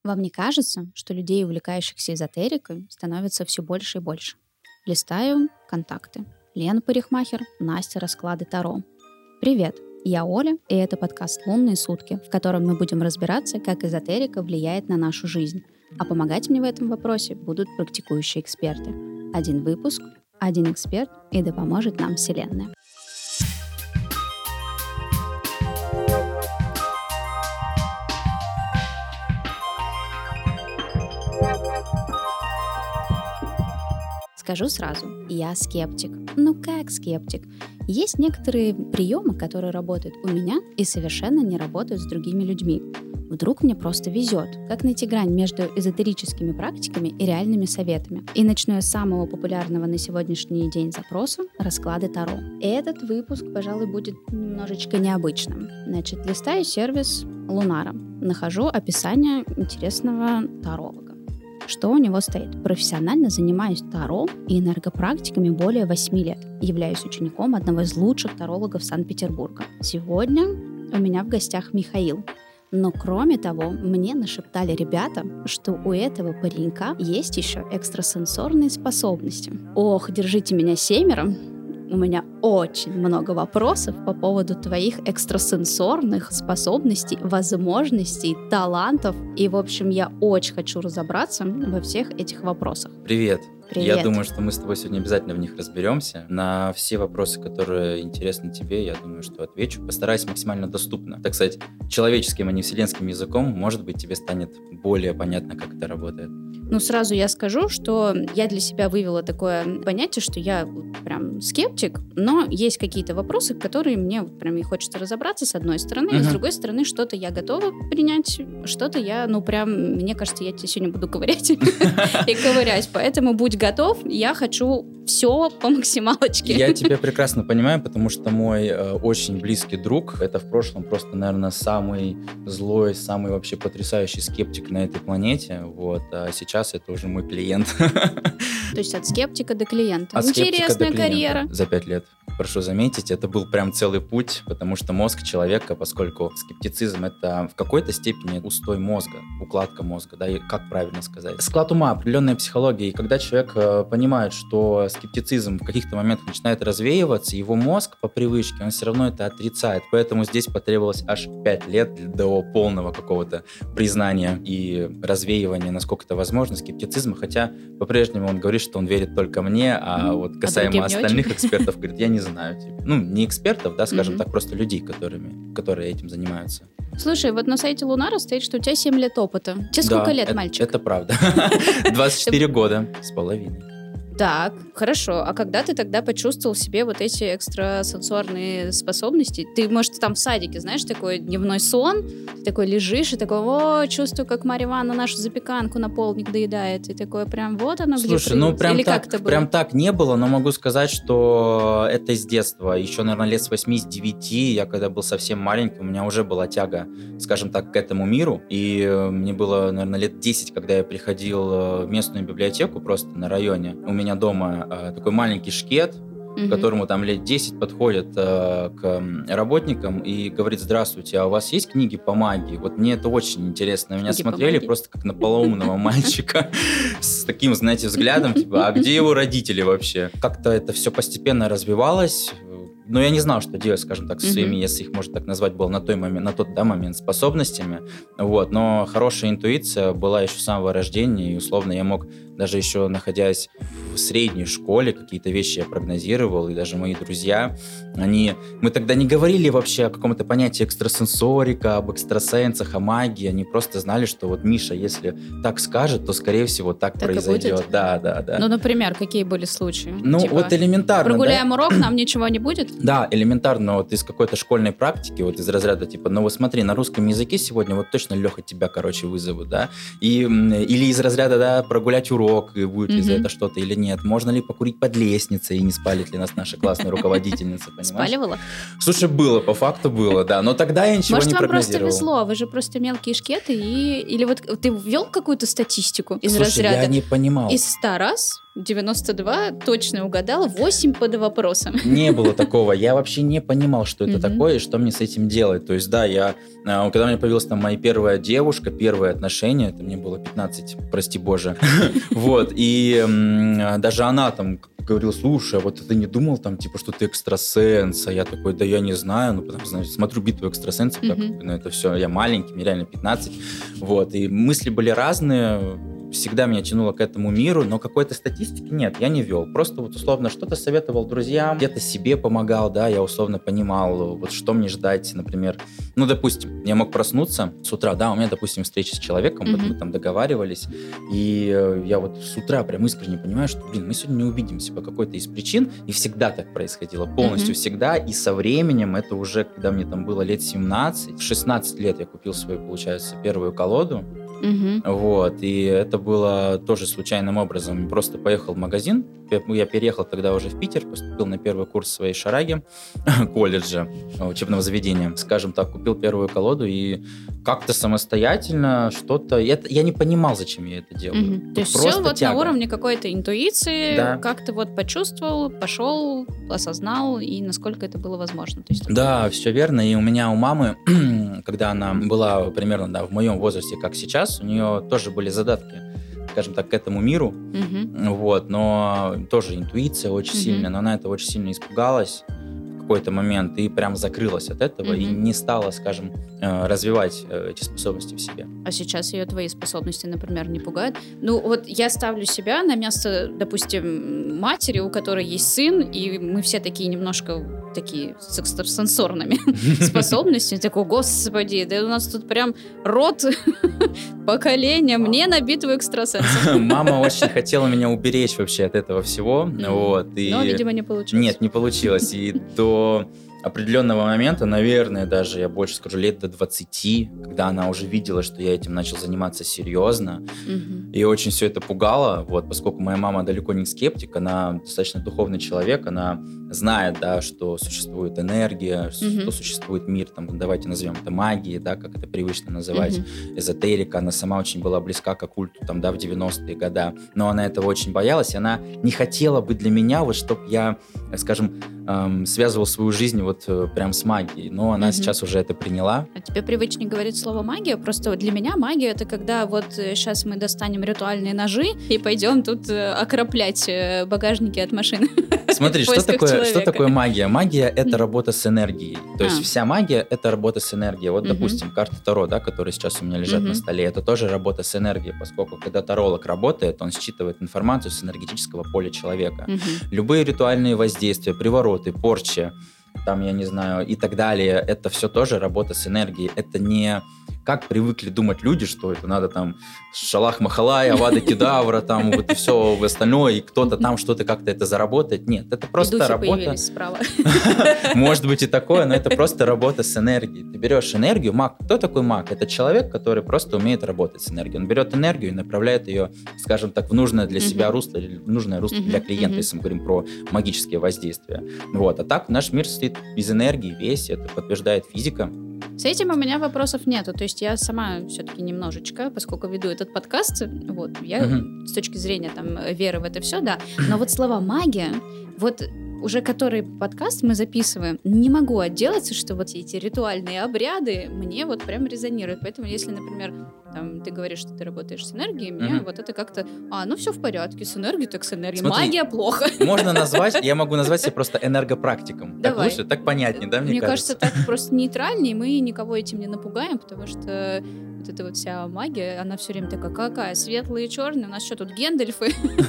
Вам не кажется, что людей, увлекающихся эзотерикой, становится все больше и больше? Листаю контакты. Лена Парикмахер, Настя расклады Таро. Привет, я Оля, и это подкаст «Лунные сутки», в котором мы будем разбираться, как эзотерика влияет на нашу жизнь. А помогать мне в этом вопросе будут практикующие эксперты. Один выпуск, один эксперт, и да поможет нам Вселенная. Скажу сразу, я скептик. Ну как скептик? Есть некоторые приемы, которые работают у меня и совершенно не работают с другими людьми. Вдруг мне просто везет. Как найти грань между эзотерическими практиками и реальными советами? И начну я с самого популярного на сегодняшний день запроса — расклады Таро. Этот выпуск, пожалуй, будет немножечко необычным. Значит, листаю сервис Лунара. Нахожу описание интересного таролога. Что у него стоит? Профессионально занимаюсь таро и энергопрактиками более 8 лет. Являюсь учеником одного из лучших тарологов Санкт-Петербурга. Сегодня у меня в гостях Михаил. Но кроме того, мне нашептали ребята, что у этого паренька есть еще экстрасенсорные способности. Ох, держите меня семером. У меня очень много вопросов по поводу твоих экстрасенсорных способностей, возможностей, талантов. И, в общем, я очень хочу разобраться во всех этих вопросах. Привет. Привет. Я думаю, что мы с тобой сегодня обязательно в них разберемся. На все вопросы, которые интересны тебе, я думаю, что отвечу. Постараюсь максимально доступно. Так сказать, человеческим, а не вселенским языком, может быть, тебе станет более понятно, как это работает. Ну, сразу я скажу, что я для себя вывела такое понятие, что я прям скептик, но есть какие-то вопросы, в которые мне прям и хочется разобраться, с одной стороны, и с другой стороны, что-то я готова принять, что-то я, мне кажется, я тебе сегодня буду ковырять и ковырять, поэтому будь готов, я хочу все по максималочке. Я тебя прекрасно понимаю, потому что мой очень близкий друг, это в прошлом просто, наверное, самый злой, самый вообще потрясающий скептик на этой планете, а сейчас это уже мой клиент. То есть от скептика до клиента. От Интересная карьера. За 5 лет. Прошу заметить, это был прям целый путь, потому что мозг человека, поскольку скептицизм — это в какой-то степени устой мозга, укладка мозга, да, и как правильно сказать. Склад ума, определенная психология, и когда человек понимает, что скептицизм в каких-то моментах начинает развеиваться, его мозг по привычке, он все равно это отрицает, поэтому здесь потребовалось аж 5 лет до полного какого-то признания и развеивания, насколько это возможно, скептицизма, хотя по-прежнему он говорит, что он верит только мне, а вот касаемо остальных экспертов, говорит, я не знаю. Не экспертов, да, скажем так, просто людей, которые этим занимаются. Слушай, вот на сайте Лунара стоит, что у тебя 7 лет опыта. Тебе сколько лет, мальчик? Это правда. 24 года с половиной. Так, хорошо. А когда ты тогда почувствовал в себе вот эти экстрасенсорные способности? Ты, может, там в садике, знаешь, такой дневной сон, ты такой лежишь и такой, чувствую, как Марья Ивановна нашу запеканку на полдник доедает. И такое прям вот оно где. Слушай, прям так не было, но могу сказать, что это из детства. Еще, наверное, лет с 8-9, я когда был совсем маленький, у меня уже была тяга, скажем так, к этому миру. И мне было, наверное, лет 10, когда я приходил в местную библиотеку просто на районе. У меня дома такой маленький шкет, которому там лет 10 подходит к работникам и говорит: здравствуйте, а у вас есть книги по магии? Вот мне это очень интересно. Меня смотрели просто как на полоумного мальчика с таким, знаете, взглядом, типа, а где его родители вообще? Как-то это все постепенно развивалось. Но я не знал, что делать, скажем так, со своими, если их можно так назвать, было на тот момент способностями. Но хорошая интуиция была еще с самого рождения, и условно я мог, даже еще находясь в средней школе, какие-то вещи я прогнозировал, и даже мои друзья, мы тогда не говорили вообще о каком-то понятии экстрасенсорика, об экстрасенсах, о магии, они просто знали, что вот Миша, если так скажет, то, скорее всего, так произойдет. Да. Ну, например, какие были случаи? Вот элементарно. Прогуляем урок, нам ничего не будет? Да, элементарно, вот из какой-то школьной практики, вот из разряда типа, смотри, на русском языке сегодня вот точно Леха тебя, вызовут, да, или из разряда, да, прогулять урок, и будет ли за это что-то или нет, можно ли покурить под лестницей, и не спалит ли нас наша классная руководительница, понимаешь? Спаливала? Слушай, по факту было, да, но тогда я ничего не прогнозировал. Может, вам просто везло, вы же просто мелкие шкеты, или вот ты ввел какую-то статистику из Слушай, разряда? я не понимал. Из 100 раз 92 точно угадал, 8 под вопросом. Не было такого. Я вообще не понимал, что это такое и что мне с этим делать. То есть, да, когда у меня появилась там моя первая девушка, первые отношения, это мне было 15, прости боже. Вот, и даже она там говорила: слушай, а вот ты не думал там, типа, что ты экстрасенс? А я такой: да я не знаю, ну, потому что, смотрю «Битву экстрасенсов», ну, это все, я маленький, мне реально 15, вот, и мысли были разные, всегда меня тянуло к этому миру, но какой-то статистики нет, я не вел. Просто вот условно что-то советовал друзьям, где-то себе помогал, да, я условно понимал, вот что мне ждать, например. Ну, допустим, я мог проснуться с утра, да, у меня, допустим, встреча с человеком, вот мы там договаривались, и я вот с утра прям искренне понимаю, что, мы сегодня не увидимся по какой-то из причин, и всегда так происходило, полностью всегда, и со временем, это уже, когда мне там было лет 17, в 16 лет я купил свою, получается, первую колоду. Вот, и это было тоже случайным образом. Просто поехал в магазин, я переехал тогда уже в Питер, поступил на первый курс своей шараги, колледжа, учебного заведения, скажем так, купил первую колоду и как-то самостоятельно что-то... Я не понимал, зачем я это делаю. То есть все вот тяга. На уровне какой-то интуиции, да. Как-то вот почувствовал, пошел, осознал, и насколько это было возможно. То есть, да, все верно. И у мамы, когда она была примерно в моем возрасте, как сейчас, у нее тоже были задатки, скажем так, к этому миру, вот, но тоже интуиция очень сильная, но она это очень сильно испугалась в какой-то момент и прям закрылась от этого и не стала, скажем, развивать эти способности в себе. А сейчас ее твои способности, например, не пугают? Ну, вот я ставлю себя на место, допустим, матери, у которой есть сын, и мы все такие немножко такие с экстрасенсорными способностями. Такой: господи, да у нас тут прям род поколения, мне на битву экстрасенсов. Мама очень хотела меня уберечь вообще от этого всего. Вот, но, видимо, не получилось. Нет, не получилось. И до определенного момента, наверное, даже, я больше скажу, лет до 20, когда она уже видела, что я этим начал заниматься серьезно, и очень все это пугало, вот, поскольку моя мама далеко не скептик, она достаточно духовный человек, она знает, да, что существует энергия, что существует мир, там, давайте назовем это магией, да, как это привычно называть, эзотерика, она сама очень была близка к оккульту, там, да, в 90-е годы, но она этого очень боялась, и она не хотела быть для меня, вот, чтобы я, скажем, связывал свою жизнь вот прям с магией, но она сейчас уже это приняла. А тебе привычнее говорить слово магия? Просто вот для меня магия — это когда вот сейчас мы достанем ритуальные ножи и пойдем тут окроплять багажники от машины. Смотри, что такое магия? Магия — это работа с энергией. То есть вся магия — это работа с энергией. Вот, допустим, карты Таро, да, которые сейчас у меня лежат на столе, это тоже работа с энергией, поскольку когда таролог работает, он считывает информацию с энергетического поля человека. Любые ритуальные воздействия, привороты, порчи, там, я не знаю, и так далее, это все тоже работа с энергией. Это не как привыкли думать люди, что это надо там шалах-махалай, авада кедавра, там вот и все остальное, и кто-то там что-то как-то это заработает. Нет, это просто работа. Справа. Может быть и такое, но это просто работа с энергией. Ты берешь энергию, маг. Кто такой маг? Это человек, который просто умеет работать с энергией. Он берет энергию и направляет ее, скажем так, в нужное для себя русло, или в нужное русло для клиента, если мы говорим про магические воздействия. Вот. А так наш мир состоит из энергии, весь, это подтверждает физика. С этим у меня вопросов нету. То есть я сама все-таки немножечко, поскольку веду этот подкаст, вот, я с точки зрения там веры в это все, да. Но вот слова магия, вот уже который подкаст мы записываем, не могу отделаться, что вот эти ритуальные обряды мне вот прям резонируют. Поэтому если, например, там, ты говоришь, что ты работаешь с энергией, мне вот это как-то, ну все в порядке, с энергией так с энергией. Смотри, магия плохо. Можно назвать, я могу назвать себя просто энергопрактиком. Давай. Так лучше, так понятнее, да, мне кажется? Мне кажется, так просто нейтральнее, мы никого этим не напугаем, потому что вот эта вот вся магия, она все время такая: какая? Светлые и черные? У нас что, тут Гендальфы?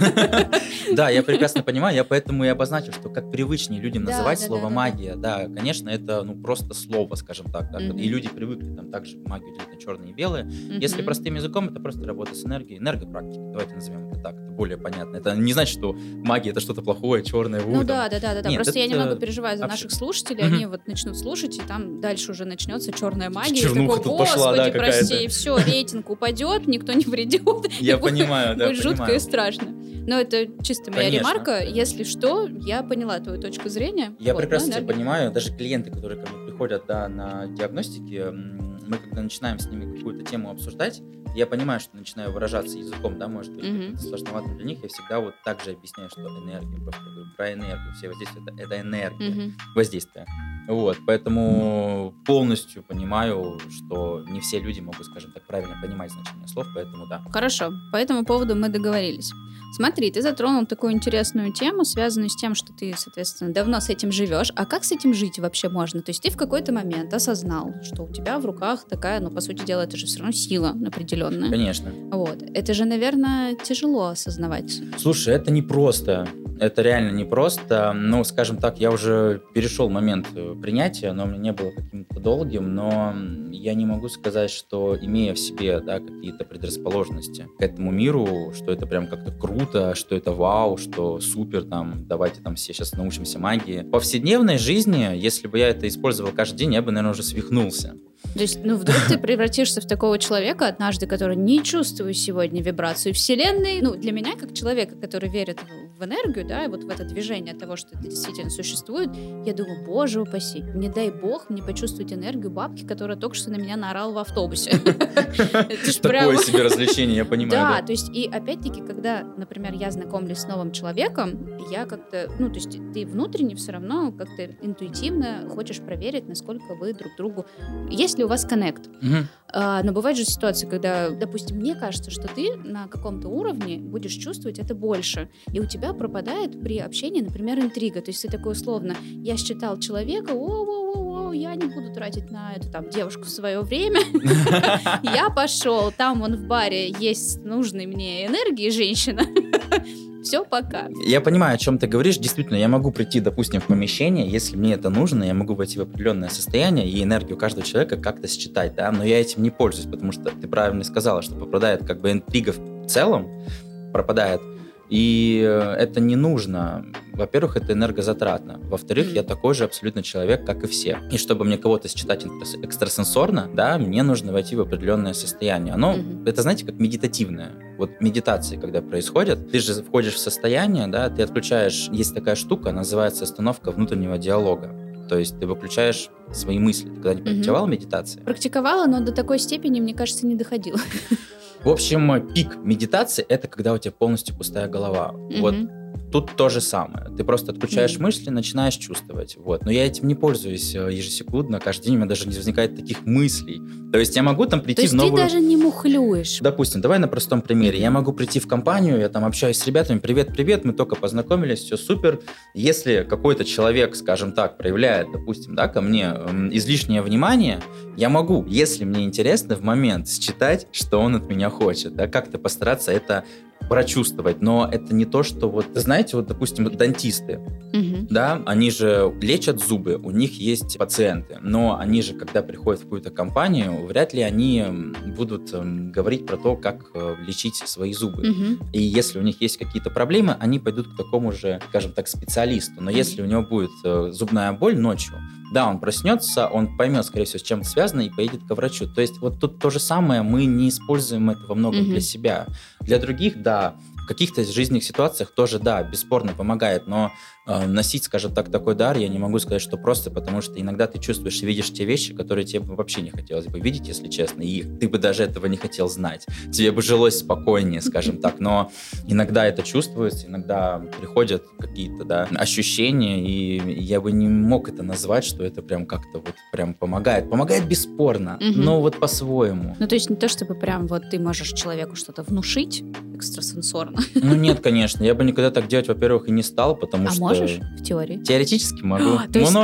Да, я прекрасно понимаю, я поэтому и обозначил, что как привычнее людям называть слово магия. Да, конечно, это просто слово, скажем так. И люди привыкли там также магию делить на черные и белые. Если простым языком, это просто работа с энергией, энергопрактика. Давайте назовем это так, это более понятно. Это не значит, что магия — это что-то плохое, черное. Ну да. Просто я немного переживаю за наших слушателей. Они вот начнут слушать, и там дальше уже начнется черная магия. Чернуха тут пошла, да, какая-то. Господи, прости, все, рейтинг упадет, никто не придет. Я понимаю, да, будет жутко и страшно. Но это чисто моя ремарка. Если что, я поняла твою точку зрения. Я прекрасно тебя понимаю. Даже клиенты, которые ко мне приходят, да, на диагностики, мы когда начинаем с ними какую-то тему обсуждать, я понимаю, что начинаю выражаться языком, да, может быть, это сложновато для них, я всегда вот так же объясняю, что энергия, просто говорю про энергию, все воздействия, это энергия, воздействие. Вот, поэтому полностью понимаю, что не все люди могут, скажем так, правильно понимать значение слов, поэтому да. Хорошо, по этому поводу мы договорились. Смотри, ты затронул такую интересную тему, связанную с тем, что ты, соответственно, давно с этим живешь. А как с этим жить вообще можно? То есть ты в какой-то момент осознал, что у тебя в руках такая, ну, по сути дела, это же все равно сила определенная. Конечно. Вот. Это же, наверное, тяжело осознавать. Слушай, это непросто. Это реально непросто. Ну, скажем так, я уже перешел момент принятия, но у меня не было каким-то долгим, но я не могу сказать, что, имея в себе, да, какие-то предрасположенности к этому миру, что это прям как-то круто, что это вау, что супер, там, давайте там все сейчас научимся магии. В повседневной жизни, если бы я это использовал каждый день, я бы, наверное, уже свихнулся. То есть, ну, вдруг ты превратишься в такого человека однажды, который не чувствует сегодня вибрацию Вселенной. Ну, для меня, как человека, который верит в энергию, да, и вот в это движение того, что это действительно существует, я думаю, боже упаси, не дай бог мне почувствовать энергию бабки, которая только что на меня наорала в автобусе. Такое себе развлечение, я понимаю. Да, то есть, и опять-таки, когда, например, я знакомлюсь с новым человеком, я как-то, ну, то есть, ты внутренне все равно как-то интуитивно хочешь проверить, насколько вы друг другу... Есть ли у вас коннект? Но бывает же ситуация, когда, допустим, мне кажется, что ты на каком-то уровне будешь чувствовать это больше, и у тебя пропадает при общении, например, интрига. То есть ты такой условно, я считал человека, я не буду тратить на эту там девушку в свое время. Я пошел, там вон в баре есть нужной мне энергии женщина. Все, пока. Я понимаю, о чем ты говоришь. Действительно, я могу прийти, допустим, в помещение, если мне это нужно, я могу войти в определенное состояние и энергию каждого человека как-то считать, да, но я этим не пользуюсь, потому что ты правильно сказала, что пропадает как бы интрига в целом, пропадает, и это не нужно. Во-первых, это энергозатратно. Во-вторых, я такой же абсолютно человек, как и все. И чтобы мне кого-то считать экстрасенсорно, да, мне нужно войти в определенное состояние. Оно, это, знаете, как медитативное. Вот медитации, когда происходят, ты же входишь в состояние, да, ты отключаешь, есть такая штука, называется остановка внутреннего диалога. То есть ты выключаешь свои мысли. Ты когда-нибудь практиковала медитации? Практиковала, но до такой степени, мне кажется, не доходила. В общем, пик медитации — это когда у тебя полностью пустая голова. Вот тут то же самое. Ты просто отключаешь мысли, начинаешь чувствовать. Вот. Но я этим не пользуюсь ежесекундно. Каждый день у меня даже не возникает таких мыслей. То есть я могу там прийти в новую... То есть ты даже не мухлюешь? Допустим, давай на простом примере. Я могу прийти в компанию, я там общаюсь с ребятами. Привет, мы только познакомились, все супер. Если какой-то человек, скажем так, проявляет, допустим, да, ко мне излишнее внимание, я могу, если мне интересно, в момент считать, что он от меня хочет. Да, как-то постараться это прочувствовать, но это не то, что вот, знаете, вот, допустим, дантисты, да, они же лечат зубы, у них есть пациенты, но они же, когда приходят в какую-то компанию, вряд ли они будут говорить про то, как лечить свои зубы. И если у них есть какие-то проблемы, они пойдут к такому же, скажем так, специалисту. Но если у него будет зубная боль ночью, да, он проснется, он поймет, скорее всего, с чем это связано, и поедет к врачу. То есть вот тут то же самое, мы не используем это во многом для себя. Для других, да, в каких-то жизненных ситуациях тоже, да, бесспорно помогает, но носить, скажем так, такой дар я не могу сказать, что просто, потому что иногда ты чувствуешь и видишь те вещи, которые тебе бы вообще не хотелось бы видеть, если честно, и ты бы даже этого не хотел знать. Тебе бы жилось спокойнее, скажем так, но иногда это чувствуется, иногда приходят какие-то, да, ощущения, и я бы не мог это назвать, что это прям как-то вот прям помогает. Помогает бесспорно, но вот по-своему. Ну, то есть не то, чтобы прям вот ты можешь человеку что-то внушить экстрасенсорно. Ну, нет, конечно, я бы никогда так делать, во-первых, и не стал, потому что... можешь в теории? Теоретически могу. То есть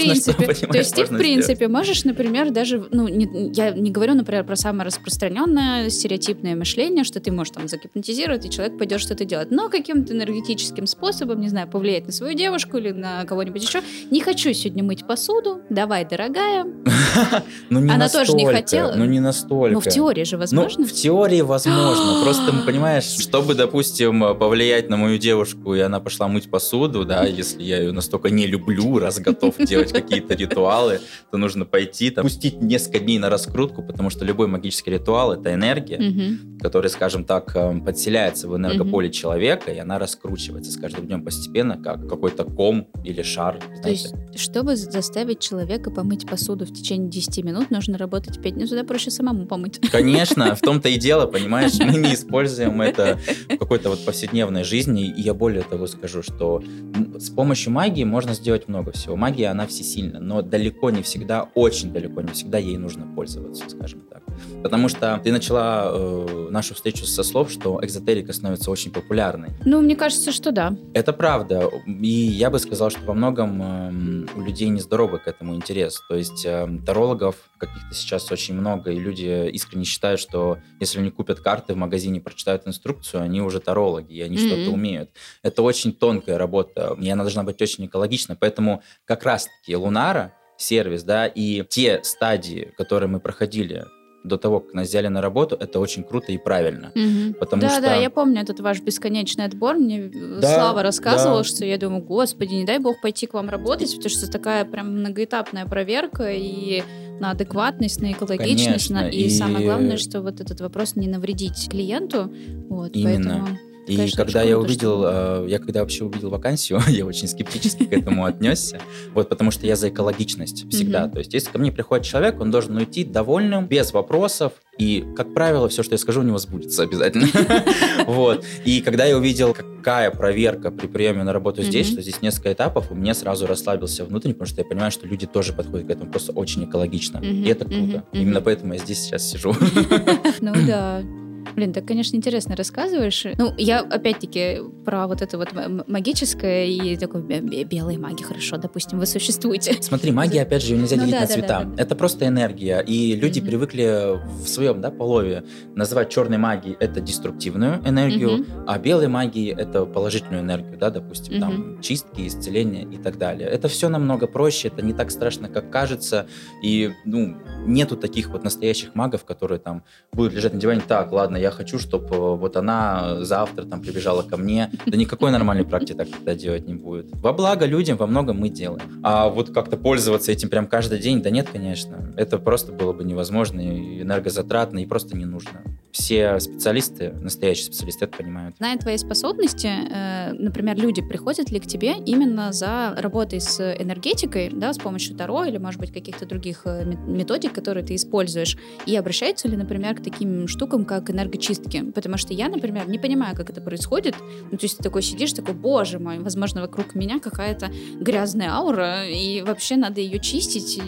ты, в принципе, можешь, например, даже, ну, я не говорю, например, про самое распространенное стереотипное мышление, что ты можешь там загипнотизировать, и человек пойдет что-то делать, но каким-то энергетическим способом, не знаю, повлиять на свою девушку или на кого-нибудь еще. Не хочу сегодня мыть посуду, давай, дорогая. Она тоже не хотела. Ну, не настолько. Ну, в теории же возможно? Ну, в теории возможно. Просто, понимаешь, чтобы, допустим, повлиять на мою девушку, и она пошла мыть посуду, да, если я ее настолько не люблю, раз готов делать какие-то ритуалы, то нужно пойти, пустить несколько дней на раскрутку, потому что любой магический ритуал — это энергия, которая, скажем так, подселяется в энергополе человека, и она раскручивается с каждым днем постепенно, как какой-то ком или шар. То есть, чтобы заставить человека помыть посуду в течение 10 минут, нужно работать 5 минут, туда проще самому помыть. Конечно, в том-то и дело, понимаешь, мы не используем это в какой-то повседневной жизни, и я более того скажу, что с помощью магии можно сделать много всего. Магия, она всесильна, но далеко не всегда, очень далеко не всегда ей нужно пользоваться, скажем так. Потому что ты начала нашу встречу со слов, что экзотерика становится очень популярной. Мне кажется, что да. Это правда. И я бы сказал, что во многом у людей нездоровый к этому интерес. То есть тарологов каких-то сейчас очень много, и люди искренне считают, что если они купят карты в магазине, прочитают инструкцию, они уже тарологи, и они что-то умеют. Это очень тонкая работа, и она должна быть очень экологична. Поэтому как раз-таки Лунара, сервис, и те стадии, которые мы проходили до того, как нас взяли на работу, это очень круто и правильно. Потому что... Да, я помню этот ваш бесконечный отбор. Мне Слава рассказывала, что я думаю, господи, не дай бог пойти к вам работать, потому что такая прям многоэтапная проверка и на адекватность, на экологичность. Конечно, и самое главное, что вот этот вопрос не навредить клиенту. Именно. Поэтому... И конечно, когда я увидел, я когда вообще увидел вакансию, я очень скептически к этому отнесся, потому что я за экологичность всегда. То есть, если ко мне приходит человек, он должен уйти довольным, без вопросов, и, как правило, все, что я скажу, у него сбудется обязательно. И когда я увидел, какая проверка при приеме на работу здесь, что здесь несколько этапов, у меня сразу расслабился внутренне, потому что я понимаю, что люди тоже подходят к этому просто очень экологично. И это круто. Именно поэтому я здесь сейчас сижу. Ну да. Блин, так, конечно, интересно рассказываешь. Я, опять-таки, про вот это магическое и такой белые маги, хорошо, допустим, вы существуете. Смотри, магия, опять же, ее нельзя делить на цвета. Да. Это просто энергия. И люди привыкли в своем полове называть черной магией это деструктивную энергию, а белой магией это положительную энергию, допустим, там чистки, исцеления и так далее. Это все намного проще, это не так страшно, как кажется. И, нету таких настоящих магов, которые там будут лежать на диване. Так, ладно, я хочу, чтобы она завтра прибежала ко мне. Да никакой нормальной практики так тогда делать не будет. Во благо людям во многом мы делаем. А как-то пользоваться этим прям каждый день, да нет, конечно. Это просто было бы невозможно, и энергозатратно, и просто не нужно. Все специалисты, настоящие специалисты это понимают. Зная твои способности, например, люди приходят ли к тебе именно за работой с энергетикой, с помощью Таро или, может быть, каких-то других методик, которые ты используешь, и обращаются ли, например, к таким штукам, как энергочистки? Потому что я, например, не понимаю, как это происходит. То есть ты такой сидишь, такой, боже мой, возможно, вокруг меня какая-то грязная аура, и вообще надо ее чистить,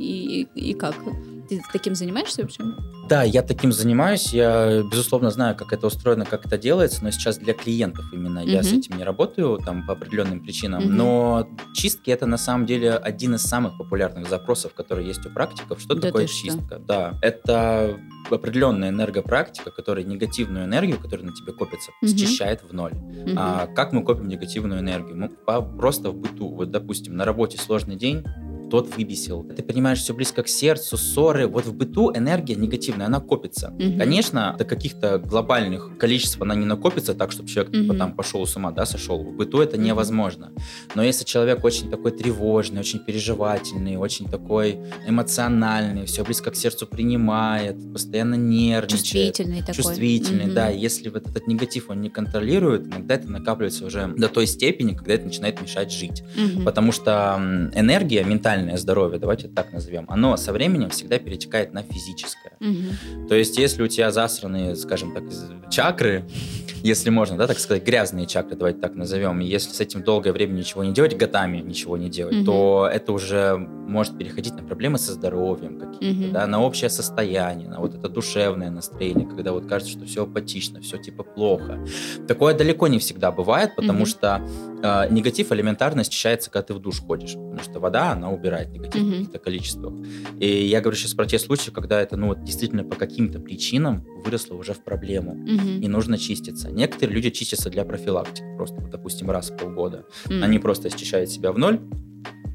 и как? Ты таким занимаешься вообще? Да, я таким занимаюсь. Я, безусловно, знаю, как это устроено, как это делается, но сейчас для клиентов именно я с этим не работаю по определенным причинам. Но чистки — это на самом деле один из самых популярных запросов, которые есть у практиков. Что такое чистка? Да, это определенная энергопрактика, которая негативную энергию, которая на тебе копится, счищает в ноль. Как мы копим негативную энергию? Мы просто в быту, допустим, на работе сложный день, тот выбесил. Ты понимаешь, все близко к сердцу, ссоры. В быту энергия негативная, она копится. Конечно, до каких-то глобальных количеств она не накопится так, чтобы человек там пошел с ума, сошел. В быту это невозможно. Но если человек очень такой тревожный, очень переживательный, очень такой эмоциональный, все близко к сердцу принимает, постоянно нервничает. Чувствительный, да. Если этот негатив он не контролирует, иногда это накапливается уже до той степени, когда это начинает мешать жить. Потому что энергия, ментальная, здоровье, давайте так назовем, оно со временем всегда перетекает на физическое. То есть, если у тебя засранные, скажем так, чакры, если можно, так сказать, грязные чакры, давайте так назовем, и если с этим долгое время ничего не делать, годами ничего не делать, то это уже может переходить на проблемы со здоровьем какие-то, на общее состояние, на это душевное настроение, когда кажется, что все апатично, все плохо. Такое далеко не всегда бывает, потому что негатив элементарно очищается, когда ты в душ ходишь, потому что вода, она убирает негатив в каких-то количествах. И я говорю сейчас про те случаи, когда это действительно по каким-то причинам выросло уже в проблему, и нужно чиститься. Некоторые люди чистятся для профилактики, просто, допустим, раз в полгода. Они просто очищают себя в ноль,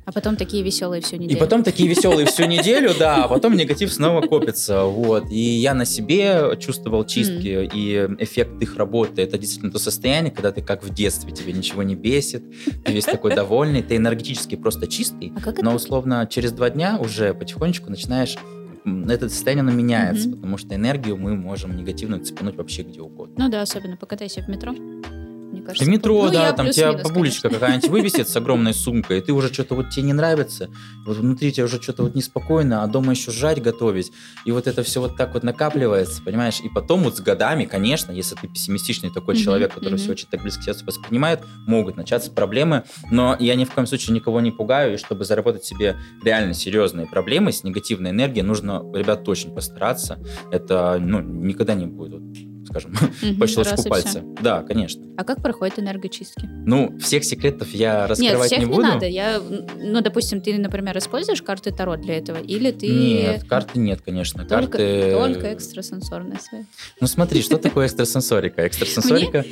А потом такие веселые всю И неделю. потом такие веселые всю неделю, да, а потом негатив снова копится, вот. И я на себе чувствовал чистки, и эффект их работы, это действительно то состояние, когда ты как в детстве, тебе ничего не бесит, ты весь такой довольный, ты энергетически просто чистый, А как но это? условно через 2 дня уже потихонечку начинаешь, это состояние, оно меняется, Мгм. потому что энергию мы можем негативно цепануть вообще где угодно. Ну да, особенно покатайся в метро. Мне В кажется, метро, ну, да, я там тебя плюс-минус, бабулечка конечно. какая-нибудь вывесит с огромной сумкой, и ты уже что-то вот тебе не нравится, вот внутри тебе уже что-то вот неспокойно, а дома еще жрать готовить, и вот это все вот так вот накапливается, понимаешь, и потом вот с годами, конечно, если ты пессимистичный такой Мгм, человек, который все мгм. очень так близко к сердцу воспринимает, могут начаться проблемы, но я ни в коем случае никого не пугаю, и чтобы заработать себе реально серьезные проблемы с негативной энергией, нужно, ребят, очень постараться, это, ну, никогда не будет, вот, скажем, по Мгм, щелчку раз и пальца. всё. Да, конечно. А как проходят энергочистки? Ну, всех секретов я Нет, раскрывать всех не не буду. надо. Ну, допустим, ты, например, используешь карты Таро для этого? Или ты Нет, карты нет, конечно. только Карты... экстрасенсорная своя? Ну, смотри, что такое экстрасенсорика? Экстрасенсорика...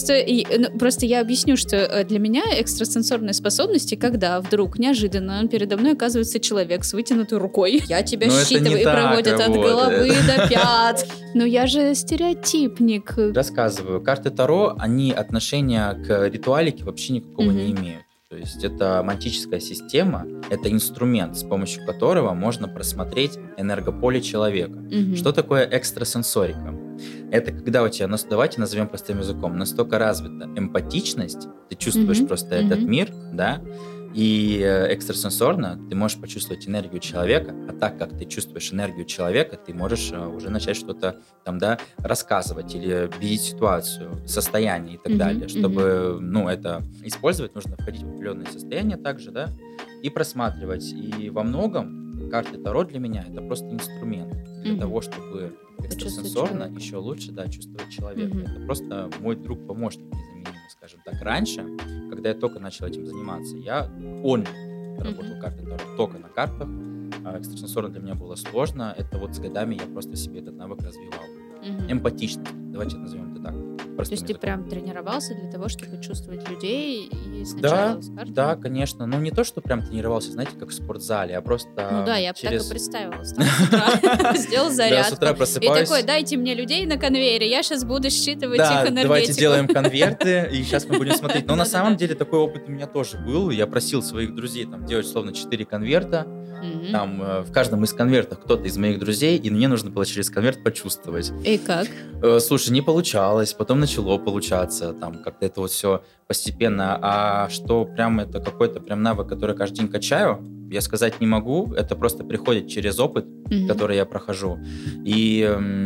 Просто я объясню, что для меня экстрасенсорные способности, когда вдруг неожиданно передо мной оказывается человек с вытянутой рукой. Я тебя Но это считываю не и так проводит от работает. головы до пят. Но я же стереотипник. Рассказываю. Карты Таро, они отношения к ритуалике вообще никакого не имеют. То есть это мантическая система, это инструмент, с помощью которого можно просмотреть энергополе человека. Мгм. Что такое экстрасенсорика? Это когда у тебя, давайте назовем простым языком, настолько развита эмпатичность, ты чувствуешь Мгм, просто этот мгм. мир, да, и экстрасенсорно ты можешь почувствовать энергию человека, а так как ты чувствуешь энергию человека, ты можешь уже начать что-то там, да, рассказывать или видеть ситуацию, состояние и так Мгм, далее. мгм. Чтобы, ну, это использовать, нужно входить в определенное состояние также, да, и просматривать. И во многом карты Таро для меня это просто инструмент для Мгм. того, чтобы Почувствовать экстрасенсорно человека. еще лучше, да, чувствовать человека. Мгм. Это просто мой друг-помощник незаменимый, скажем так. Раньше, когда я только начал этим заниматься, я only работал карты Таро, только на картах. Экстрасенсорно для меня было сложно. Это вот с годами я просто себе этот навык развивал. Мгм. Эмпатичность, давайте назовем это так. То есть ты языком. прям тренировался для того, чтобы чувствовать людей и Да, сначала с картами? да, конечно. Ну, не то, что прям тренировался, знаете, как в спортзале, а просто Ну да, я бы так через... и представила. Встал с утра, сделал Да, с зарядку. утра И просыпаюсь. такой, дайте мне людей на конвейере, я сейчас буду считывать Да, их энергетику. давайте делаем конверты, и сейчас мы будем смотреть. Но на Да-да-да. самом деле такой опыт у меня тоже был. Я просил своих друзей там делать словно 4 конверта. Мгм. Там в каждом из конвертов кто-то из моих друзей, и мне нужно было через конверт почувствовать. И как? Слушай, не получалось, потом начало получаться, там как-то это вот все постепенно. А что прям это какой-то прям навык, который каждый день качаю, я сказать не могу. Это просто приходит через опыт, Мгм. который я прохожу, и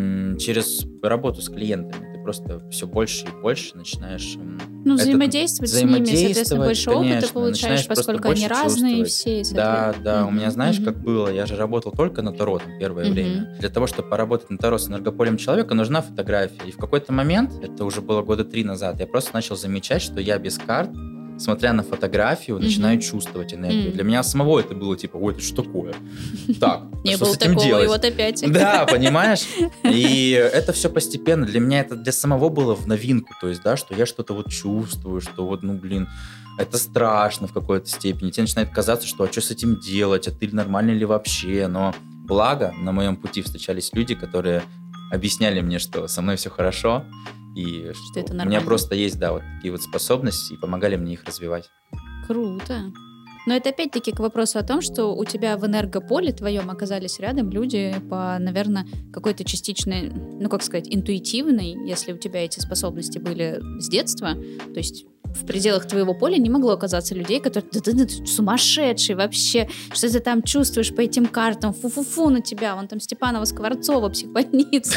через работу с клиентами. Ты просто все больше и больше начинаешь Ну, этот- взаимодействовать с ними, соответственно, больше опыта конечно, получаешь, начинаешь просто поскольку они больше разные чувствовать. все. и Да, да, у меня Мгм, знаешь, мгм. как было, я же работал только на Таро там первое Мгм. время. Для того, чтобы поработать на Таро с энергополем человека, нужна фотография. И в какой-то момент, это уже было года 3 назад, я просто начал замечать, что я без карт, смотря на фотографию, начинаю Мгм. чувствовать энергию. Мгм. Для меня самого это было типа, ой, это что такое? Так, Не что было с этим такого, и делать? вот опять. Да, понимаешь? И это все постепенно. Для меня это для самого было в новинку. То есть, да, что я что-то вот чувствую, что вот, ну, блин, это страшно в какой-то степени. Тебе начинает казаться, что а что с этим делать, а ты нормальный ли вообще? Но благо на моем пути встречались люди, которые объясняли мне, что со мной все хорошо, и что это у меня нормально. просто есть, да, вот такие вот способности, и помогали мне их развивать. Круто. Но это опять-таки к вопросу о том, что у тебя в энергополе твоем оказались рядом люди по, наверное, какой-то частичной, ну, как сказать, интуитивной, если у тебя эти способности были с детства, то есть в пределах твоего поля не могло оказаться людей, которые, да ты сумасшедший вообще, что ты там чувствуешь по этим картам, фу-фу-фу на тебя, вон там Степанова, Скворцова, психбольница.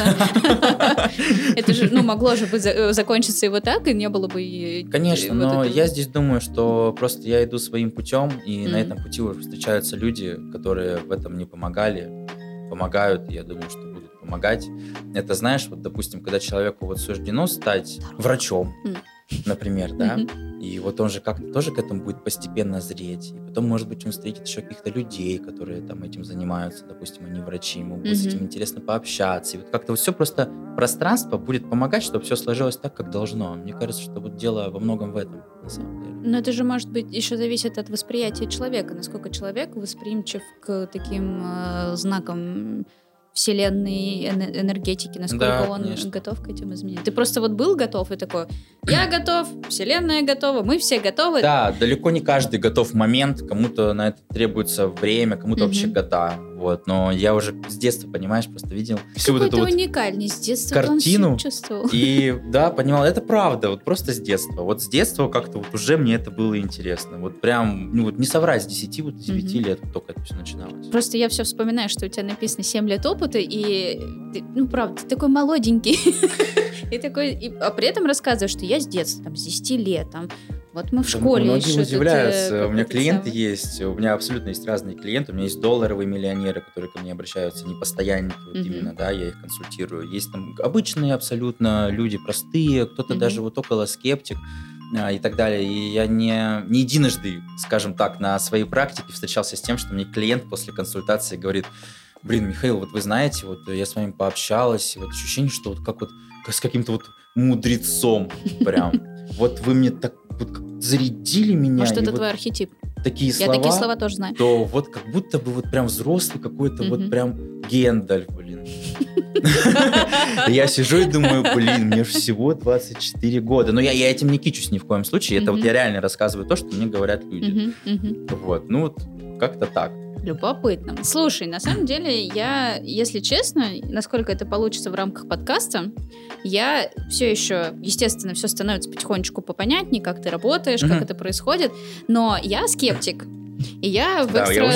Это же, ну, могло же закончиться и вот так, и не было бы и... Конечно, вот но этого. я здесь думаю, что просто я иду своим путем, и на Мгм. этом пути уже встречаются люди, которые в этом не помогали, помогают, и я думаю, что будут помогать. Это знаешь, вот, допустим, когда человеку вот суждено стать врачом, Мгм. например, да, и вот он же как-то тоже к этому будет постепенно зреть. И потом, может быть, он встретит еще каких-то людей, которые там этим занимаются, допустим, они врачи, ему будет с этим интересно пообщаться. И вот как-то вот все просто пространство будет помогать, чтобы все сложилось так, как должно. Мне кажется, что вот дело во многом в этом, на самом деле. Но это же, может быть, еще зависит от восприятия человека, насколько человек восприимчив к таким знакам вселенной, энергетики, насколько он готов к этим изменениям. Ты просто вот был готов и такой, я готов, вселенная готова, мы все готовы. Да, далеко не каждый готов в момент, кому-то на это требуется время, кому-то вообще года. Вот, но я уже с детства, понимаешь, просто видел всю вот эту вот уникальный, с детства картину. Чувствовал. И да, понимал, это правда, вот просто с детства. Вот с детства как-то вот уже мне это было интересно. Вот прям, ну вот не соврать, с 10, вот 9 лет только это все начиналось. Просто я все вспоминаю, что у тебя написано 7 лет опыта, и ты, ну правда, ты такой молоденький. И такой, а при этом рассказываешь, что я с детства, там, с 10 лет, там, вот мы в школе. Многие удивляются. У меня клиенты есть, у меня абсолютно есть разные клиенты. У меня есть долларовые миллионеры, которые ко мне обращаются, не постоянники, вот именно, да, я их консультирую. Есть там обычные абсолютно люди, простые, кто-то даже вот около скептик и так далее. И я не единожды, скажем так, на своей практике встречался с тем, что мне клиент после консультации говорит: блин, Михаил, вот вы знаете, вот я с вами пообщалась, и вот ощущение, что вот как вот с каким-то вот мудрецом прям. Вот вы мне так вот зарядили меня. Может, это вот твой архетип? Такие слова. Я такие слова тоже знаю. То вот как будто бы вот прям взрослый какой-то вот прям Гендальф, блин. Я сижу и думаю, блин, мне же всего 24 года. Но я этим не кичусь ни в коем случае. Это вот я реально рассказываю то, что мне говорят люди. Вот, ну вот как-то так. Любопытно. Слушай, на самом деле, я, если честно, насколько это получится в рамках подкаста, я все еще, естественно, все становится потихонечку попонятней, как ты работаешь, как это происходит, но я скептик. И я в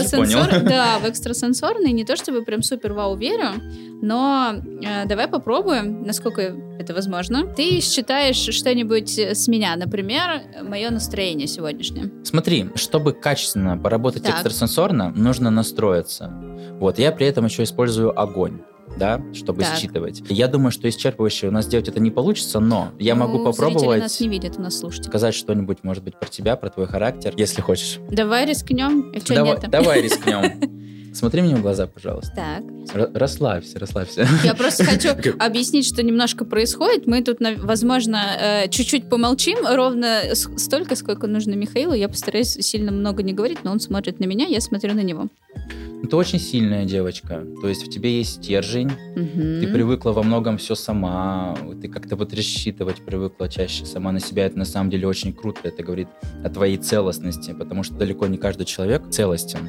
в экстрасенсорный не то чтобы прям супер вау верю, но давай попробуем, насколько это возможно. Ты считаешь что-нибудь с меня, например, мое настроение сегодняшнее? Смотри, чтобы качественно поработать экстрасенсорно, нужно настроиться. Вот, я при этом еще использую огонь, да, чтобы считывать. Я думаю, что исчерпывающе у нас сделать это не получится, но я могу попробовать. Зрители нас не видят, у нас слушатели. Сказать что-нибудь, может быть, про тебя, про твой характер, если хочешь. Давай рискнем. Давай рискнем. Смотри мне в глаза, пожалуйста. Так. Расслабься. Я просто хочу объяснить, что немножко происходит. Мы тут, возможно, чуть-чуть помолчим, ровно столько, сколько нужно Михаилу. Я постараюсь сильно много не говорить, но он смотрит на меня, я смотрю на него. Ты очень сильная девочка, то есть в тебе есть стержень, ты привыкла во многом все сама, ты как-то вот рассчитывать привыкла чаще сама на себя, это на самом деле очень круто, это говорит о твоей целостности, потому что далеко не каждый человек целостен.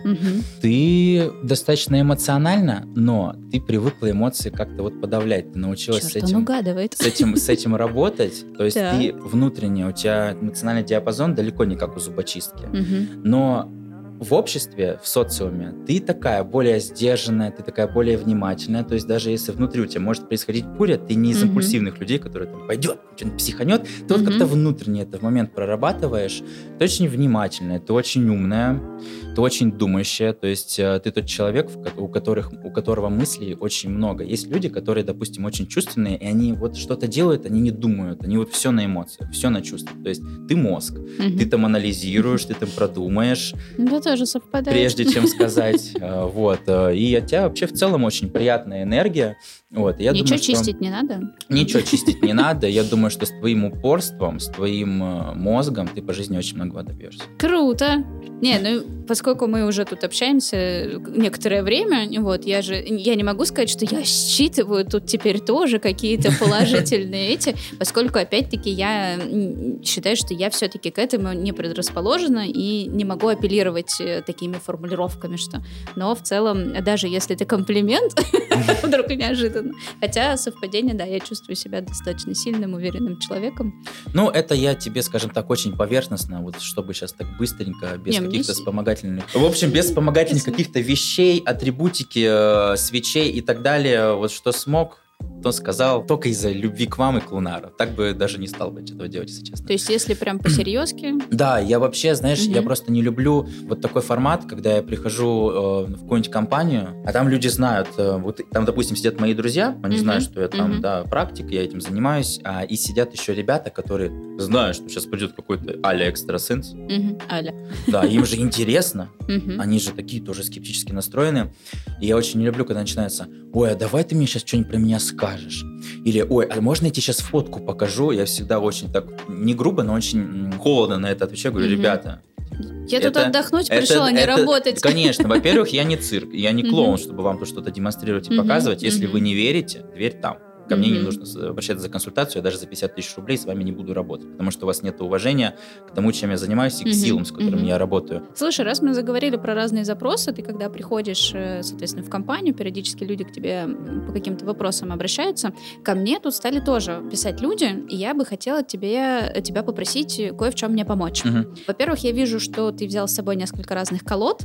Ты достаточно эмоциональна, но ты привыкла эмоции как-то вот подавлять, ты научилась с этим работать, то есть ты внутренне, у тебя эмоциональный диапазон далеко не как у зубочистки, но в обществе, в социуме, ты такая более сдержанная, ты такая более внимательная, то есть даже если внутри у тебя может происходить буря, ты не из импульсивных людей, которые там пойдет, что-нибудь психанет, ты вот как-то внутренне это в момент прорабатываешь, ты очень внимательная, ты очень умная, ты очень думающая, то есть ты тот человек, у которого мыслей очень много. Есть люди, которые, допустим, очень чувственные, и они вот что-то делают, они не думают, они вот все на эмоциях, все на чувствах, то есть ты мозг, ты там анализируешь, ты там продумаешь, тоже совпадает. Прежде чем сказать. Вот. И от тебя вообще в целом очень приятная энергия. Вот. Я Ничего думаю, чистить не надо? Ничего чистить не надо. Я думаю, что с твоим упорством, с твоим мозгом ты по жизни очень многого добьешься. Круто! Не, ну, поскольку мы уже тут общаемся некоторое время, вот, я не могу сказать, что я считываю тут теперь тоже какие-то положительные эти, поскольку, опять-таки, я считаю, что я все-таки к этому не предрасположена и не могу апеллировать такими формулировками, что... Но в целом, даже если это комплимент, вдруг неожиданно. Хотя совпадение, да, я чувствую себя достаточно сильным, уверенным человеком. Ну, это я тебе, скажем так, очень поверхностно, вот чтобы сейчас так быстренько, без каких-то вспомогательных... В общем, без вспомогательных каких-то вещей, атрибутики, свечей и так далее, вот что смог, то сказал только из-за любви к вам и к Лунару. Так бы даже не стал бы этого делать, если честно. То есть, если прям по-серьезки... Да, я вообще, знаешь, я просто не люблю вот такой формат, когда я прихожу в какую-нибудь компанию, а там люди знают, вот там, допустим, сидят мои друзья, они знают, что я там, да, практик, я этим занимаюсь, и сидят еще ребята, которые знают, что сейчас придет какой-то а-ля экстрасенс. А-ля. Да, им же интересно, они же такие тоже скептически настроены, и я очень не люблю, когда начинается: ой, а давай ты мне сейчас что-нибудь про меня скажешь, или ой, а можно я тебе сейчас фотку покажу? Я всегда очень так, не грубо, но очень холодно на это отвечаю, говорю: ребята, я тут отдохнуть пришел, а не работать. Конечно, во-первых, я не цирк, я не клоун, чтобы вам тут что-то демонстрировать и показывать. Если вы не верите, дверь там. Ко мне не нужно обращаться за консультацию, я даже за 50 тысяч рублей с вами не буду работать, потому что у вас нет уважения к тому, чем я занимаюсь, и к силам, с которыми я работаю. Слушай, раз мы заговорили про разные запросы, ты когда приходишь, соответственно, в компанию, периодически люди к тебе по каким-то вопросам обращаются, ко мне тут стали тоже писать люди, и я бы хотела тебя попросить кое в чем мне помочь. Во-первых, я вижу, что ты взял с собой несколько разных колод,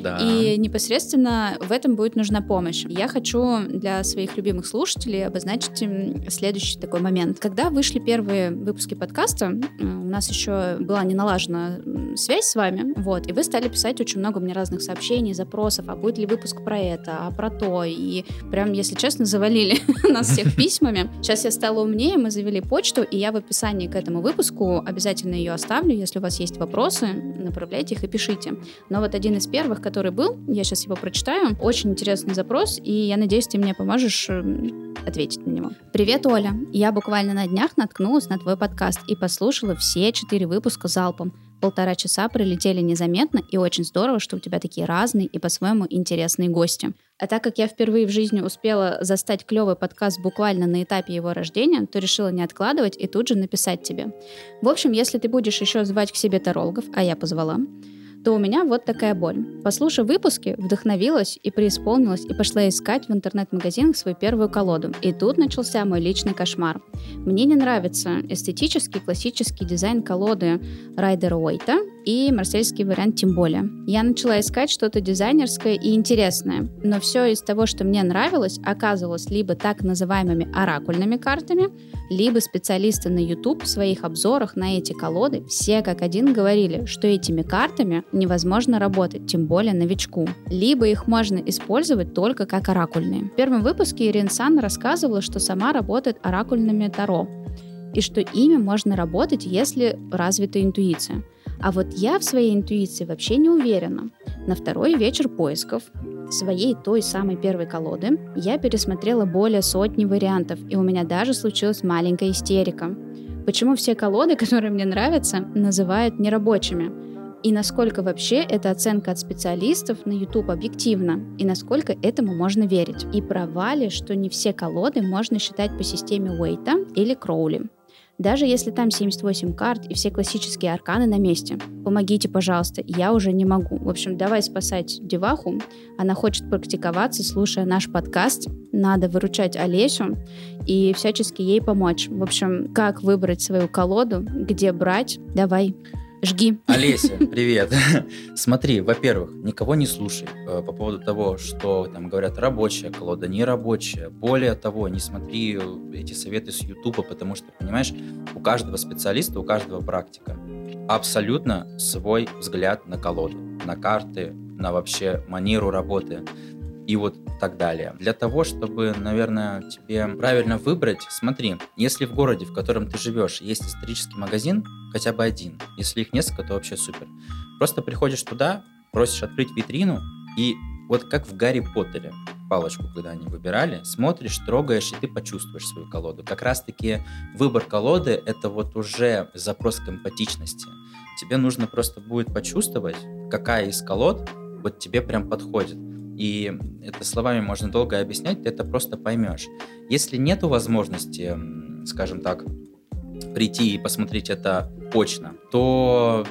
и непосредственно в этом будет нужна помощь. Я хочу для своих любимых слушателей обозначить следующий такой момент. Когда вышли первые выпуски подкаста, у нас еще была не налажена связь с вами, вот, и вы стали писать очень много мне разных сообщений, запросов, а будет ли выпуск про это, а про то, и прям, если честно, завалили нас всех письмами. Сейчас я стала умнее, мы завели почту, и я в описании к этому выпуску обязательно ее оставлю. Если у вас есть вопросы, направляйте их и пишите. Но вот один из первых, который был, я сейчас его прочитаю, очень интересный запрос, и я надеюсь, ты мне поможешь ответить на него. Привет, Оля. Я буквально на днях наткнулась на твой подкаст и послушала все 4 выпуска залпом. 1,5 часа пролетели незаметно, и очень здорово, что у тебя такие разные и по-своему интересные гости. А так как я впервые в жизни успела застать клевый подкаст буквально на этапе его рождения, то решила не откладывать и тут же написать тебе. В общем, если ты будешь еще звать к себе тарологов, а я позвала, то у меня вот такая боль. Послушав выпуски, вдохновилась и преисполнилась, и пошла искать в интернет-магазинах свою первую колоду. И тут начался мой личный кошмар. Мне не нравится эстетический классический дизайн колоды Райдера Уэйта и марсельский вариант тем более. Я начала искать что-то дизайнерское и интересное, но все из того, что мне нравилось, оказывалось либо так называемыми оракульными картами, либо специалисты на YouTube в своих обзорах на эти колоды все как один говорили, что этими картами невозможно работать, тем более новичку. Либо их можно использовать только как оракульные. В первом выпуске Ирина Сан рассказывала, что сама работает оракульными таро, и что ими можно работать, если развита интуиция. А вот я в своей интуиции вообще не уверена. На второй вечер поисков своей той самой первой колоды я пересмотрела более 100 вариантов, и у меня даже случилась маленькая истерика. Почему все колоды, которые мне нравятся, называют нерабочими? И насколько вообще эта оценка от специалистов на YouTube объективна? И насколько этому можно верить? И права ли, что не все колоды можно считать по системе Уэйта или Кроули? Даже если там 78 карт и все классические арканы на месте. Помогите, пожалуйста, я уже не могу. В общем, давай спасать деваху. Она хочет практиковаться, слушая наш подкаст. Надо выручать Олесю и всячески ей помочь. В общем, как выбрать свою колоду, где брать? Давай. Жги. Олеся, привет. Смотри, во-первых, никого не слушай по поводу того, что там говорят рабочая колода, не рабочая. Более того, не смотри эти советы с Ютуба, потому что, понимаешь, у каждого специалиста, у каждого практика абсолютно свой взгляд на колоду, на карты, на вообще манеру работы и вот так далее. Для того, чтобы, наверное, тебе правильно выбрать, смотри, если в городе, в котором ты живешь, есть исторический магазин, хотя бы один, если их несколько, то вообще супер. Просто приходишь туда, просишь открыть витрину, и вот как в Гарри Поттере, палочку, когда они выбирали, смотришь, трогаешь, и ты почувствуешь свою колоду. Как раз-таки выбор колоды — это вот уже запрос к эмпатичности. Тебе нужно просто будет почувствовать, какая из колод вот тебе прям подходит. И это словами можно долго объяснять, ты это просто поймешь. Если нету возможности, скажем так, прийти и посмотреть это очно, то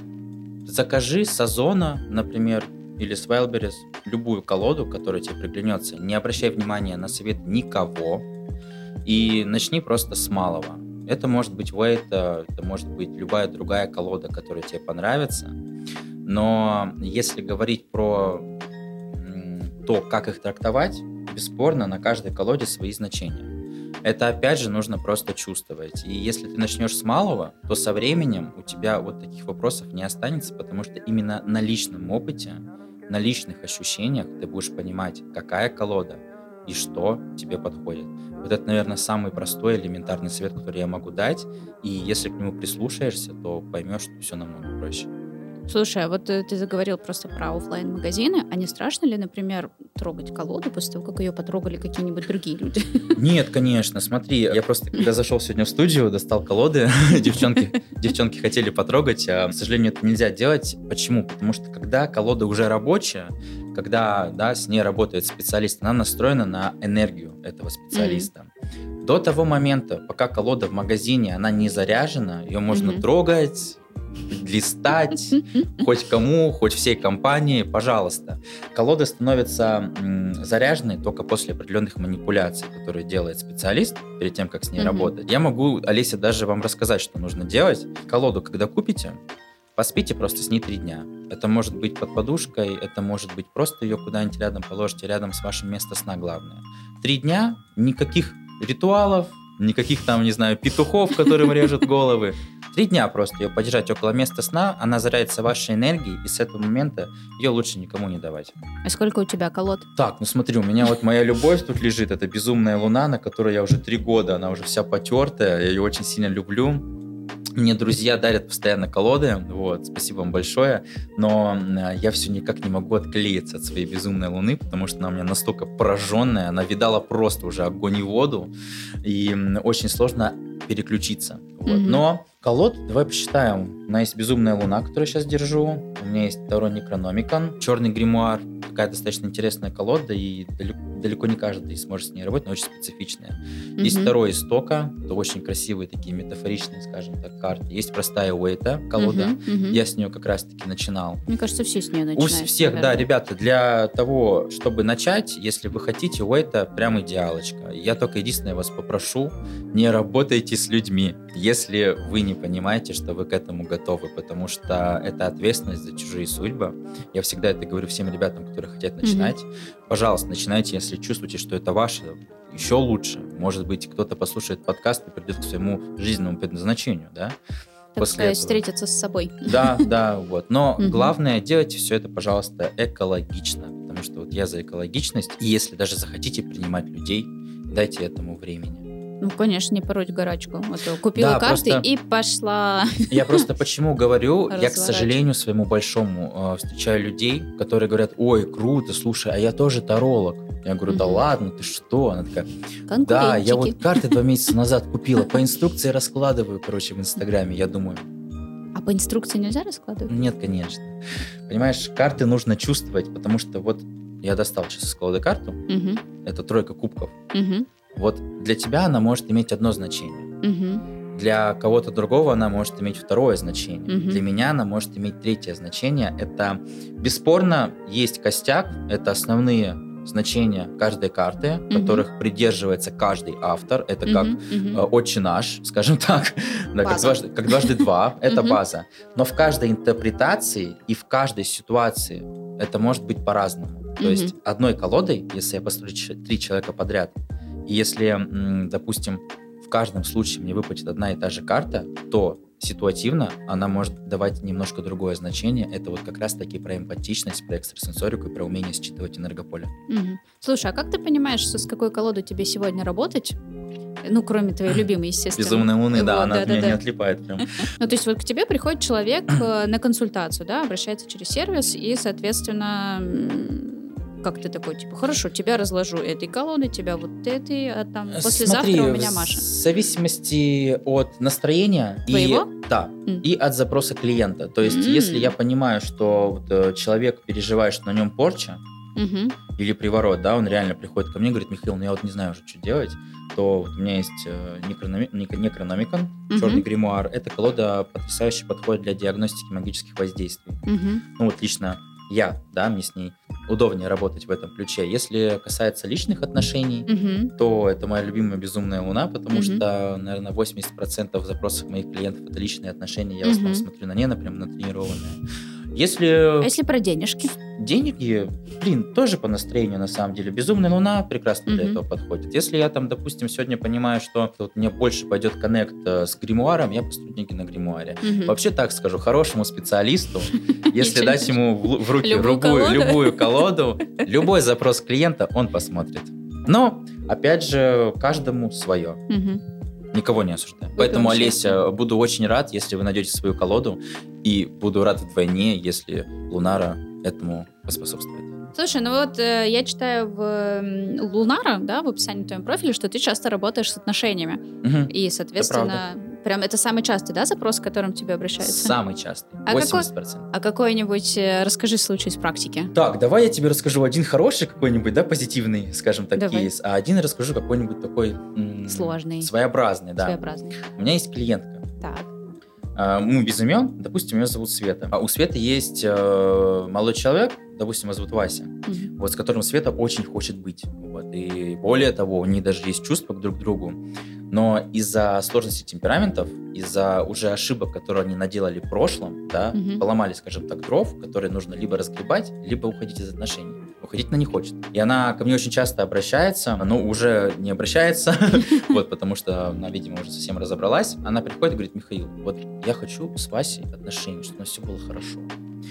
закажи с Озона, например, или с Wildberries любую колоду, которая тебе приглянется. Не обращай внимания на совет никого и начни просто с малого. Это может быть Уэйта, это может быть любая другая колода, которая тебе понравится. Но если говорить про то, как их трактовать, бесспорно, на каждой колоде свои значения. Это, опять же, нужно просто чувствовать. И если ты начнешь с малого, то со временем у тебя вот таких вопросов не останется, потому что именно на личном опыте, на личных ощущениях ты будешь понимать, какая колода и что тебе подходит. Вот это, наверное, самый простой, элементарный совет, который я могу дать. И если к нему прислушаешься, то поймешь, что все намного проще. Слушай, а вот ты заговорил просто про оффлайн-магазины. А не страшно ли, например, трогать колоду после того, как ее потрогали какие-нибудь другие люди? Нет, конечно, смотри, я просто, когда зашел сегодня в студию, достал колоды, девчонки хотели потрогать, а, к сожалению, это нельзя делать. Почему? Потому что когда колода уже рабочая, когда, да, с ней работает специалист, она настроена на энергию этого специалиста. До того момента, пока колода в магазине, она не заряжена, ее можно трогать, листать, хоть кому, хоть всей компании, пожалуйста. Колода становится заряженной только после определенных манипуляций, которые делает специалист перед тем, как с ней работать. Я могу, Олеся, даже вам рассказать, что нужно делать. Колоду, когда купите, поспите просто с ней 3 дня. Это может быть под подушкой, это может быть просто ее куда-нибудь рядом положите, рядом с вашим местом сна, главное. 3 дня, никаких ритуалов, никаких там, не знаю, петухов, которым режут головы. 3 дня просто ее подержать около места сна, она зарядится вашей энергией, и с этого момента ее лучше никому не давать. А сколько у тебя колод? Так, ну смотри, у меня вот моя любовь тут лежит, это безумная луна, на которой я уже 3 года, она уже вся потертая, я ее очень сильно люблю. Мне друзья дарят постоянно колоды, вот, спасибо вам большое, но я все никак не могу отклеиться от своей безумной луны, потому что она у меня настолько пораженная, она видала просто уже огонь и воду, и очень сложно переключиться. Вот. Но колод, давай посчитаем. У меня есть безумная луна, которую я сейчас держу, у меня есть Таро Некрономикон, черный гримуар, такая достаточно интересная колода, и далеко не каждый сможет с ней работать, но очень специфичная. Есть Таро Истока, это очень красивые такие метафоричные, скажем так, карты. Есть простая Уэйта колода, я с нее как раз-таки начинал. Мне кажется, все с нее начинают. У всех, наверное. Да, ребята, для того, чтобы начать, если вы хотите, Уэйта прям идеалочка. Я только единственное вас попрошу, не работайте с людьми, если вы не понимаете, что вы к этому готовы, потому что это ответственность за чужие судьбы. Я всегда это говорю всем ребятам, которые хотят начинать. Пожалуйста, начинайте, если чувствуете, что это ваше, еще лучше. Может быть, кто-то послушает подкаст и придет к своему жизненному предназначению, да? Так сказать, встретиться с собой. Да, вот. Но главное, делайте все это, пожалуйста, экологично, потому что вот я за экологичность, и если даже захотите принимать людей, дайте этому времени. Ну, конечно, не пороть горачку. А то купила карты и пошла. Я просто почему говорю, я, к сожалению, своему большому встречаю людей, которые говорят: ой, круто, слушай, а я тоже таролог. Я говорю: да ладно, ты что? Она такая: да, я вот карты 2 месяца назад купила, по инструкции раскладываю, короче, в Инстаграме. Я думаю... А по инструкции нельзя раскладывать? Нет, конечно. Понимаешь, карты нужно чувствовать, потому что вот я достал сейчас из колоды карту, это 3 кубков. Вот для тебя она может иметь одно значение. Для кого-то другого она может иметь 2 значение. Для меня она может иметь 3 значение. Это бесспорно есть костяк, это основные значения каждой карты, которых придерживается каждый автор. Это как «Отче наш», скажем так, да, как дважды 2, это база. Но в каждой интерпретации и в каждой ситуации это может быть по-разному. То есть одной колодой, если я посмотрю 3 человека подряд, и если, допустим, в каждом случае мне выпадет одна и та же карта, то ситуативно она может давать немножко другое значение. Это вот как раз-таки про эмпатичность, про экстрасенсорику и про умение считывать энергополе. Слушай, а как ты понимаешь, с какой колодой тебе сегодня работать? Ну, кроме твоей любимой, естественно. Безумной луны, да, она от меня не отлипает прям. Ну, то есть вот к тебе приходит человек на консультацию, да, обращается через сервис, и, соответственно... Как ты такой, типа, хорошо, тебя разложу этой колодой, тебя вот этой, а там послезавтра у меня Маша. В зависимости от настроения и от запроса клиента. То есть, если я понимаю, что вот, человек переживает, что на нем порча или приворот, да, он реально приходит ко мне и говорит: Михаил, ну я вот не знаю уже, что делать, то вот у меня есть Некрономикон, черный гримуар. Эта колода потрясающе подходит для диагностики магических воздействий. Ну вот лично мне с ней удобнее работать в этом ключе. Если касается личных отношений, то это моя любимая безумная луна, потому что, наверное, 80% запросов моих клиентов — это личные отношения. Я в основном смотрю на нее, например, на тренированные. Если... А если про денежки? Деньги, тоже по настроению на самом деле. «Безумная луна» прекрасно для этого подходит. Если я там, допустим, сегодня понимаю, что вот мне больше пойдет коннект с гримуаром, я построю деньги на гримуаре. Вообще так скажу, хорошему специалисту, если дать ему в руки любую колоду, любой запрос клиента, он посмотрит. Но, опять же, каждому свое. Никого не осуждаю. Поэтому, Олеся, буду очень рад, если вы найдете свою колоду, и буду рад вдвойне, если Лунара этому поспособствует. Слушай, я читаю в Лунара, в описании твоего профиля, что ты часто работаешь с отношениями. И, соответственно, прям это самый частый, запрос, с которым к тебе обращаются? Самый частый, 80%. А какой-нибудь, расскажи случай из практики. Так, давай я тебе расскажу один хороший какой-нибудь, позитивный, скажем так, кейс, а один расскажу какой-нибудь такой... Сложный. Своеобразный, да. Своеобразный. У меня есть клиентка. Так. Без имен, допустим, ее зовут Света. А у Светы есть молодой человек, допустим, его зовут Вася, с которым Света очень хочет быть. И более того, у них даже есть чувства друг к другу. Но из-за сложности темпераментов, из-за уже ошибок, которые они наделали в прошлом, поломали, скажем так, дров, которые нужно либо разгребать, либо уходить из отношений. Уходить она не хочет. И она ко мне очень часто обращается, но уже не обращается, потому что она, видимо, уже совсем разобралась. Она приходит и говорит: Михаил, я хочу с Васей отношений, чтобы у нас все было хорошо.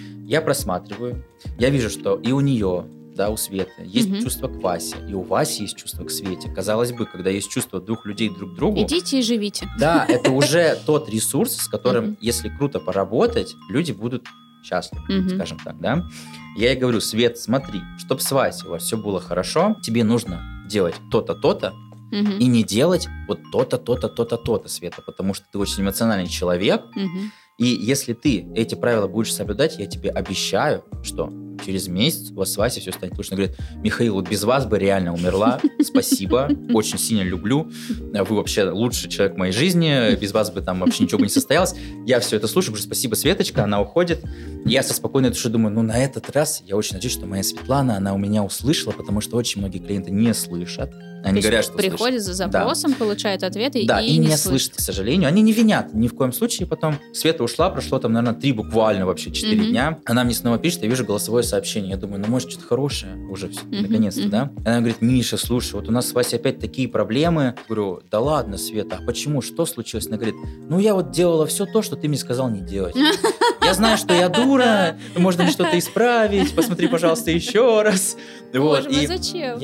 Я просматриваю, я вижу, что и у нее, у Светы есть чувство к Васе, и у Васи есть чувство к Свете. Казалось бы, когда есть чувство двух людей друг к другу... Идите и живите. Да, это уже тот ресурс, с которым, если круто поработать, люди будут счастливы, скажем так, Я ей говорю: Свет, смотри, чтобы с Васей у вас все было хорошо, тебе нужно делать то-то, то-то, и не делать вот то-то, то-то, то-то, то-то, Света, потому что ты очень эмоциональный человек, и если ты эти правила будешь соблюдать, я тебе обещаю, что через месяц у вас с Васей все станет лучше. Она говорит: Михаил, без вас бы реально умерла. Спасибо, очень сильно люблю. Вы вообще лучший человек в моей жизни. Без вас бы там вообще ничего бы не состоялось. Я все это слушаю, говорю: спасибо, Светочка. Она уходит. Я со спокойной душой думаю: на этот раз я очень надеюсь, что моя Светлана, она у меня услышала, потому что очень многие клиенты не слышат. Они говорят, что приходят за запросом, получают ответы и не слышат, к сожалению. Они не винят ни в коем случае. Потом Света ушла, прошло там, наверное, 3 буквально вообще 4 дня. Она мне снова пишет, я вижу голосовое сообщение. Я думаю, может, что-то хорошее уже наконец-то, Она говорит: Миша, слушай, у нас с Васей опять такие проблемы. Я говорю: да ладно, Света, а почему? Что случилось? Она говорит: я делала все то, что ты мне сказал не делать. Я знаю, что я дура, можно ли что-то исправить, посмотри, пожалуйста, еще раз. Боже мой, зачем?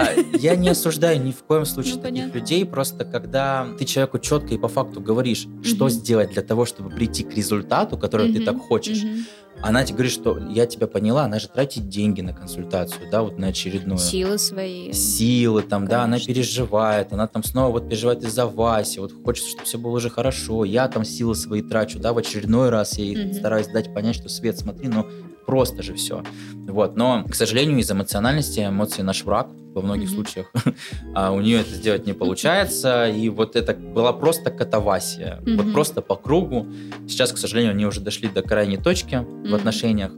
Я не осуждаю ни в коем случае таких людей, просто когда ты человеку четко и по факту говоришь, что сделать для того, чтобы прийти к результату, который ты так хочешь, она тебе говорит, что я тебя поняла, она же тратит деньги на консультацию, на очередную. Силы свои. Силы она переживает, она снова переживает из-за Васи, хочет, чтобы все было уже хорошо, я силы свои трачу, в очередной раз я ей стараюсь дать понять, что Свет, смотри, просто же все. Но, к сожалению, из-за эмоциональности, эмоции наш враг во многих случаях, а у нее это сделать не получается, и это была просто катавасия, просто по кругу. Сейчас, к сожалению, они уже дошли до крайней точки в отношениях,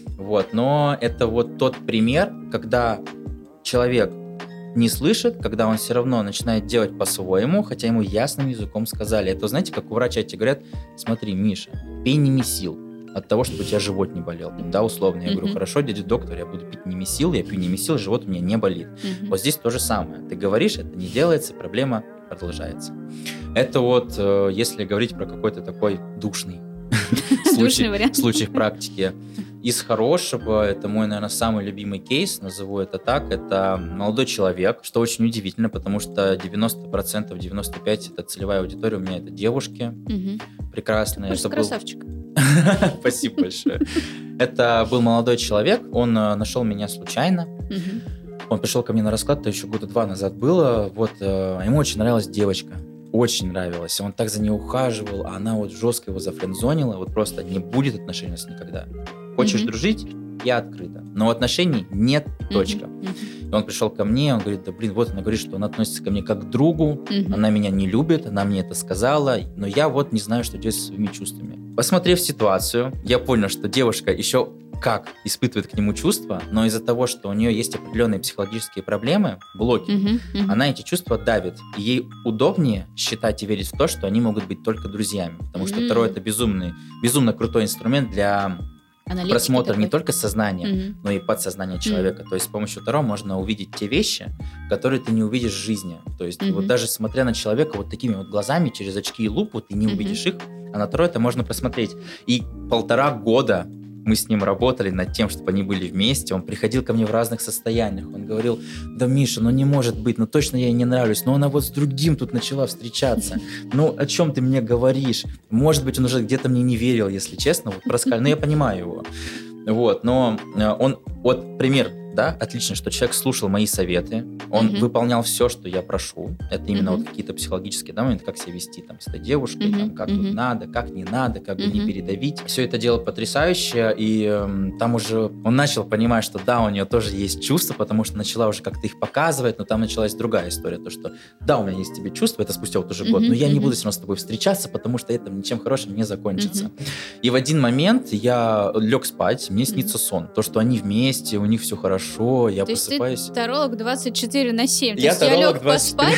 но это тот пример, когда человек не слышит, когда он все равно начинает делать по-своему, хотя ему ясным языком сказали. Это, знаете, как у врача тебе говорят: смотри, Миша, пей немесил от того, чтобы у тебя живот не болел. Условно. Я говорю: хорошо, дядя доктор, я буду пить немесил, я пью немесил, живот у меня не болит. Здесь то же самое. Ты говоришь, это не делается, проблема продолжается. Это если говорить про какой-то такой душный случай в практике. Из хорошего, это мой, наверное, самый любимый кейс, назову это так, это молодой человек, что очень удивительно, потому что 90%, 95% это целевая аудитория у меня, это девушки прекрасные. Просто красавчик. Спасибо большое. Это был молодой человек, он нашел меня случайно. Он пришел ко мне на расклад, это еще 2 года назад было. Ему очень нравилась девочка. Очень нравилась. Он так за ней ухаживал, а она жестко его зафрендзонила. Просто не будет отношений у нас никогда. Хочешь дружить? Я открыта. Но отношений нет, точка. И он пришел ко мне, он говорит: она говорит, что она относится ко мне как к другу, она меня не любит, она мне это сказала, но я не знаю, что делать со своими чувствами. Посмотрев ситуацию, я понял, что девушка еще как испытывает к нему чувства, но из-за того, что у нее есть определенные психологические проблемы, блоки, она эти чувства давит. И ей удобнее считать и верить в то, что они могут быть только друзьями. Потому что Таро — это безумно крутой инструмент для просмотр не только сознания, но и подсознания человека. То есть с помощью Таро можно увидеть те вещи, которые ты не увидишь в жизни. То есть вот даже смотря на человека вот такими вот глазами, через очки и лупу, ты не увидишь их, а на Таро это можно посмотреть. И 1,5 года мы с ним работали над тем, чтобы они были вместе. Он приходил ко мне в разных состояниях. Он говорил: да, Миша, ну не может быть, ну точно я ей не нравлюсь. Но она вот с другим тут начала встречаться. Ну о чем ты мне говоришь? Может быть, он уже где-то мне не верил, если честно. Но я понимаю его. Вот, но он, вот пример, да, отлично, что человек слушал мои советы, он выполнял все, что я прошу. Это именно вот какие-то психологические, да, моменты, как себя вести там с этой девушкой, там, как тут надо, как не надо, как бы не передавить. Все это дело потрясающе, и там уже он начал понимать, что да, у нее тоже есть чувства, потому что начала уже как-то их показывать, но там началась другая история, то, что да, у меня есть к тебе чувства, это спустя вот уже год, но я не буду все равно с тобой встречаться, потому что это ничем хорошим не закончится. И в один момент я лег спать, мне снится сон, то, что они вместе, у них все хорошо, я просыпаюсь. То есть ты таролог 24/7. Я лег поспать,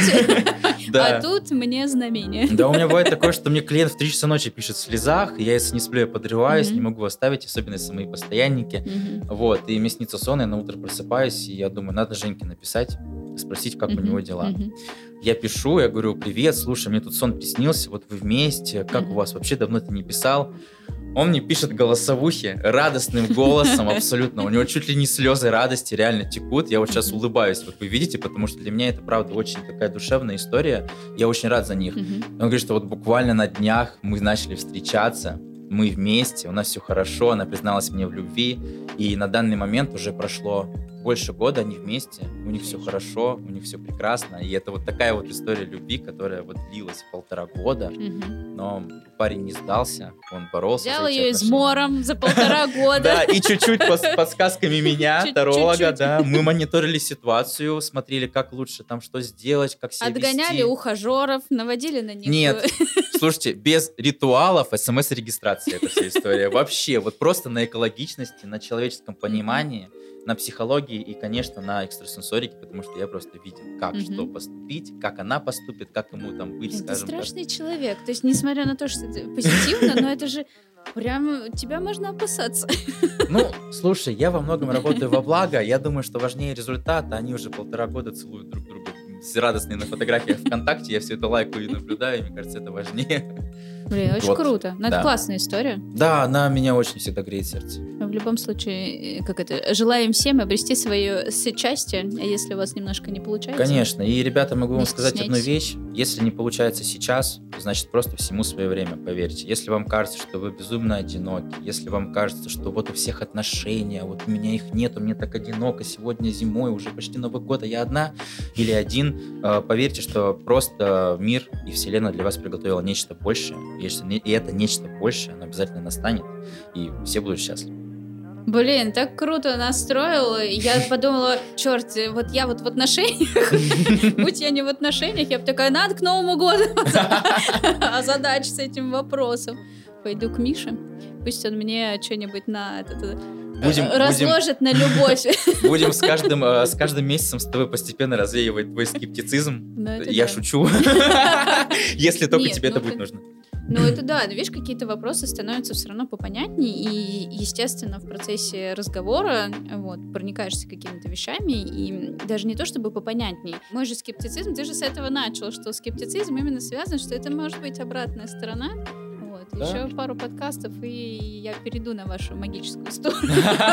а тут мне знамение. Да, у меня бывает такое, что мне клиент в 3 часа ночи пишет в слезах, я если не сплю, я подрываюсь, не могу оставить, особенно если мои постоянники. Вот, и мне снится сон, я на утро просыпаюсь, и я думаю, надо Женьке написать, спросить, как у него дела. Я пишу, я говорю: привет, слушай, мне тут сон приснился, вот вы вместе, как у вас, вообще давно ты не писал. Он мне пишет голосовухи радостным голосом абсолютно. У него чуть ли не слезы радости реально текут. Я вот сейчас улыбаюсь, вот вы видите, потому что для меня это, правда, очень такая душевная история. Я очень рад за них. Он говорит, что вот буквально на днях мы начали встречаться, мы вместе, у нас все хорошо, она призналась мне в любви. И на данный момент уже прошло больше года, они вместе, у них все хорошо, у них все прекрасно. И это вот такая вот история любви, которая вот длилась 1,5 года. Но парень не сдался, он боролся. Взял ее измором за 1,5 года. Да, и чуть-чуть подсказками меня, таролога, да. Мы мониторили ситуацию, смотрели, как лучше там что сделать, как себя вести. Отгоняли ухажеров, наводили на них. Нет, слушайте, без ритуалов, смс-регистрации эта вся история. Вообще, вот просто на экологичности, на человеческом понимании, на психологии и, конечно, на экстрасенсорике, потому что я просто видел, как что поступить, как она поступит, как ему там быть, скажем так. Ты страшный человек. То есть, несмотря на то, что это позитивно, но это же прям тебя можно опасаться. Ну, слушай, я во многом работаю во благо. Я думаю, что важнее результата. Они уже 1,5 года целуют друг друга радостные на фотографиях ВКонтакте. Я все это лайкаю и наблюдаю, и мне кажется, это важнее. Блин, очень круто. Но это классная история. Да, она меня очень всегда греет сердце. В любом случае, желаем всем обрести свое счастье, а если у вас немножко не получается. Конечно, и, ребята, могу вам сказать одну вещь. Если не получается сейчас, значит, просто всему свое время, поверьте. Если вам кажется, что вы безумно одиноки, если вам кажется, что вот у всех отношения, вот у меня их нет, мне так одиноко, сегодня зимой, уже почти Новый год, а я одна или один, поверьте, что просто мир и Вселенная для вас приготовила нечто большее. И это нечто большее, оно обязательно настанет, и все будут счастливы. Блин, так круто настроил. Я подумала, черт, вот я вот в отношениях, будь я не в отношениях, я бы такая, надо к Новому году озадачиться этим вопросом. Пойду к Мише, пусть он мне что-нибудь разложит на любовь. Будем с каждым месяцем с тобой постепенно развеивать твой скептицизм. Я шучу. Если только тебе это будет нужно. Ну, это да, видишь, какие-то вопросы становятся все равно попонятнее, и, естественно, в процессе разговора проникаешься какими-то вещами, и даже не то, чтобы попонятнее. Мой же скептицизм, ты же с этого начал, что скептицизм именно связан, что это может быть обратная сторона. Да? Еще пару подкастов, и я перейду на вашу магическую сторону.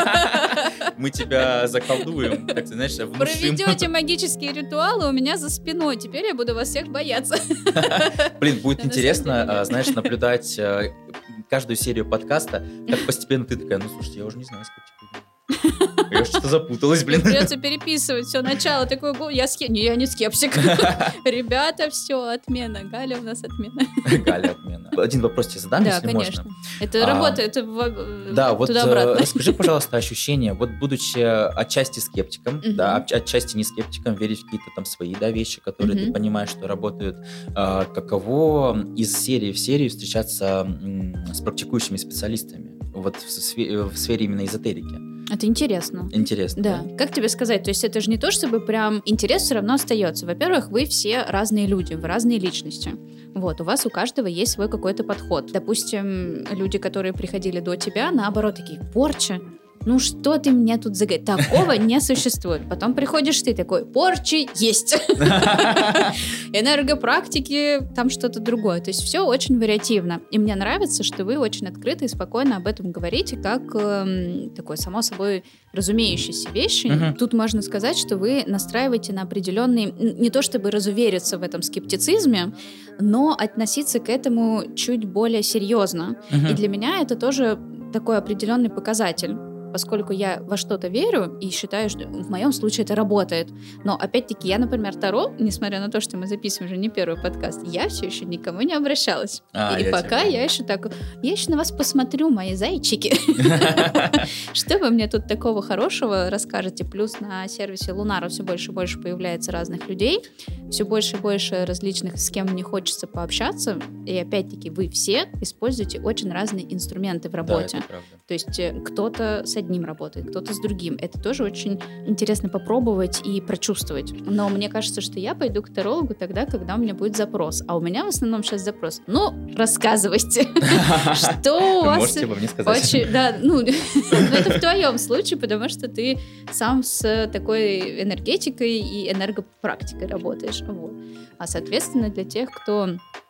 Мы тебя заколдуем, так ты знаешь, внушим. Проведете магические ритуалы у меня за спиной, теперь я буду вас всех бояться. Блин, будет интересно, знаешь, наблюдать каждую серию подкаста, как постепенно ты такая, ну, слушайте, я уже не знаю, сколько тебе. Я что-то запуталась, блин. Придется переписывать все начало. Такой, я не скептик. Ребята, все, отмена. Галя у нас отмена. Галя отмена. Один вопрос тебе задам, если конечно. можно. Это работает туда-обратно. Расскажи, пожалуйста, ощущения, вот будучи отчасти скептиком, да, отчасти не скептиком, верить в какие-то там свои, да, вещи, которые ты понимаешь, что работают. Каково из серии в серию встречаться с практикующими специалистами вот в сфере именно эзотерики? Это интересно. Интересно, да? Как тебе сказать? То есть это же не то, чтобы прям интерес все равно остается. Во-первых, вы все разные люди, вы разные личности. Вот, у вас у каждого есть свой какой-то подход. Допустим, люди, которые приходили до тебя, наоборот, такие: порча. Ну что ты мне тут заговорил? Такого не существует. Потом приходишь ты такой: порчи есть. Энергопрактики, там что-то другое. То есть все очень вариативно. И мне нравится, что вы очень открыто и спокойно об этом говорите, как такое само собой разумеющиеся вещи. Тут можно сказать, что вы настраиваете на определенный, не то чтобы разувериться в этом скептицизме, но относиться к этому чуть более серьезно. И для меня это тоже такой определенный показатель. Поскольку я во что-то верю и считаю, что в моем случае это работает. Но, опять-таки, я, например, Таро, несмотря на то, что мы записываем уже не первый подкаст, я все еще никому не обращалась. И пока я еще так... Я еще на вас посмотрю, мои зайчики. Что вы мне тут такого хорошего расскажете? Плюс на сервисе Лунара все больше и больше появляется разных людей, все больше и больше различных, с кем мне хочется пообщаться. И, опять-таки, вы все используете очень разные инструменты в работе. Да, это правда. То есть кто-то с одним работает, кто-то с другим. Это тоже очень интересно попробовать и прочувствовать. Но мне кажется, что я пойду к тарологу тогда, когда у меня будет запрос. А у меня в основном сейчас запрос: ну, рассказывайте, что у вас... Можете обо мне сказать. Да, ну, это в твоем случае, потому что ты сам с такой энергетикой и энергопрактикой работаешь. А, соответственно, для тех, кто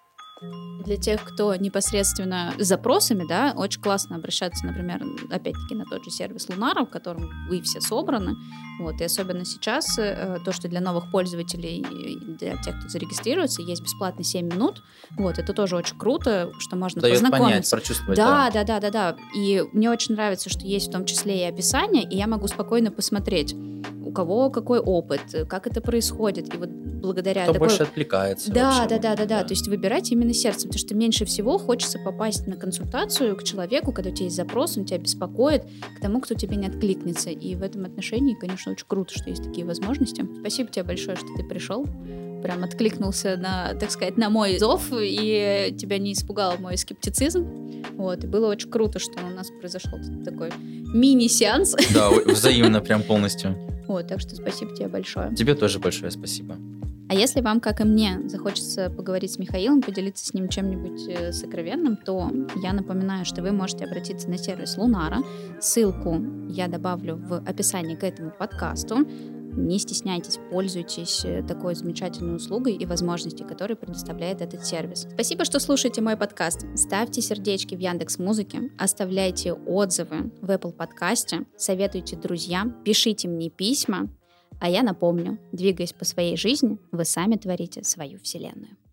непосредственно с запросами, да, очень классно обращаться, например, опять-таки на тот же сервис Лунара, в котором вы все собраны. Вот, и особенно сейчас то, что для новых пользователей, для тех, кто зарегистрируется, есть бесплатно 7 минут. Вот, это тоже очень круто, что можно дает познакомиться. Понять, прочувствовать. Да. И мне очень нравится, что есть в том числе и описание, и я могу спокойно посмотреть, у кого какой опыт, как это происходит. И вот благодаря кто больше откликается. Да. То есть выбирать именно сердцем, потому что меньше всего хочется попасть на консультацию к человеку, когда у тебя есть запрос, он тебя беспокоит, к тому, кто тебе не откликнется. И в этом отношении, конечно, очень круто, что есть такие возможности. Спасибо тебе большое, что ты пришел. Прям откликнулся на, так сказать, на мой зов, и тебя не испугал мой скептицизм. Вот, и было очень круто, что у нас произошел такой мини-сеанс. Да, взаимно прям полностью. Вот, так что спасибо тебе большое. Тебе тоже большое спасибо. А если вам, как и мне, захочется поговорить с Михаилом, поделиться с ним чем-нибудь сокровенным, то я напоминаю, что вы можете обратиться на сервис Лунара. Ссылку я добавлю в описании к этому подкасту. Не стесняйтесь, пользуйтесь такой замечательной услугой и возможностью, которые предоставляет этот сервис. Спасибо, что слушаете мой подкаст. Ставьте сердечки в Яндекс.Музыке, оставляйте отзывы в Apple подкасте, советуйте друзьям, пишите мне письма. А я напомню, двигаясь по своей жизни, вы сами творите свою вселенную.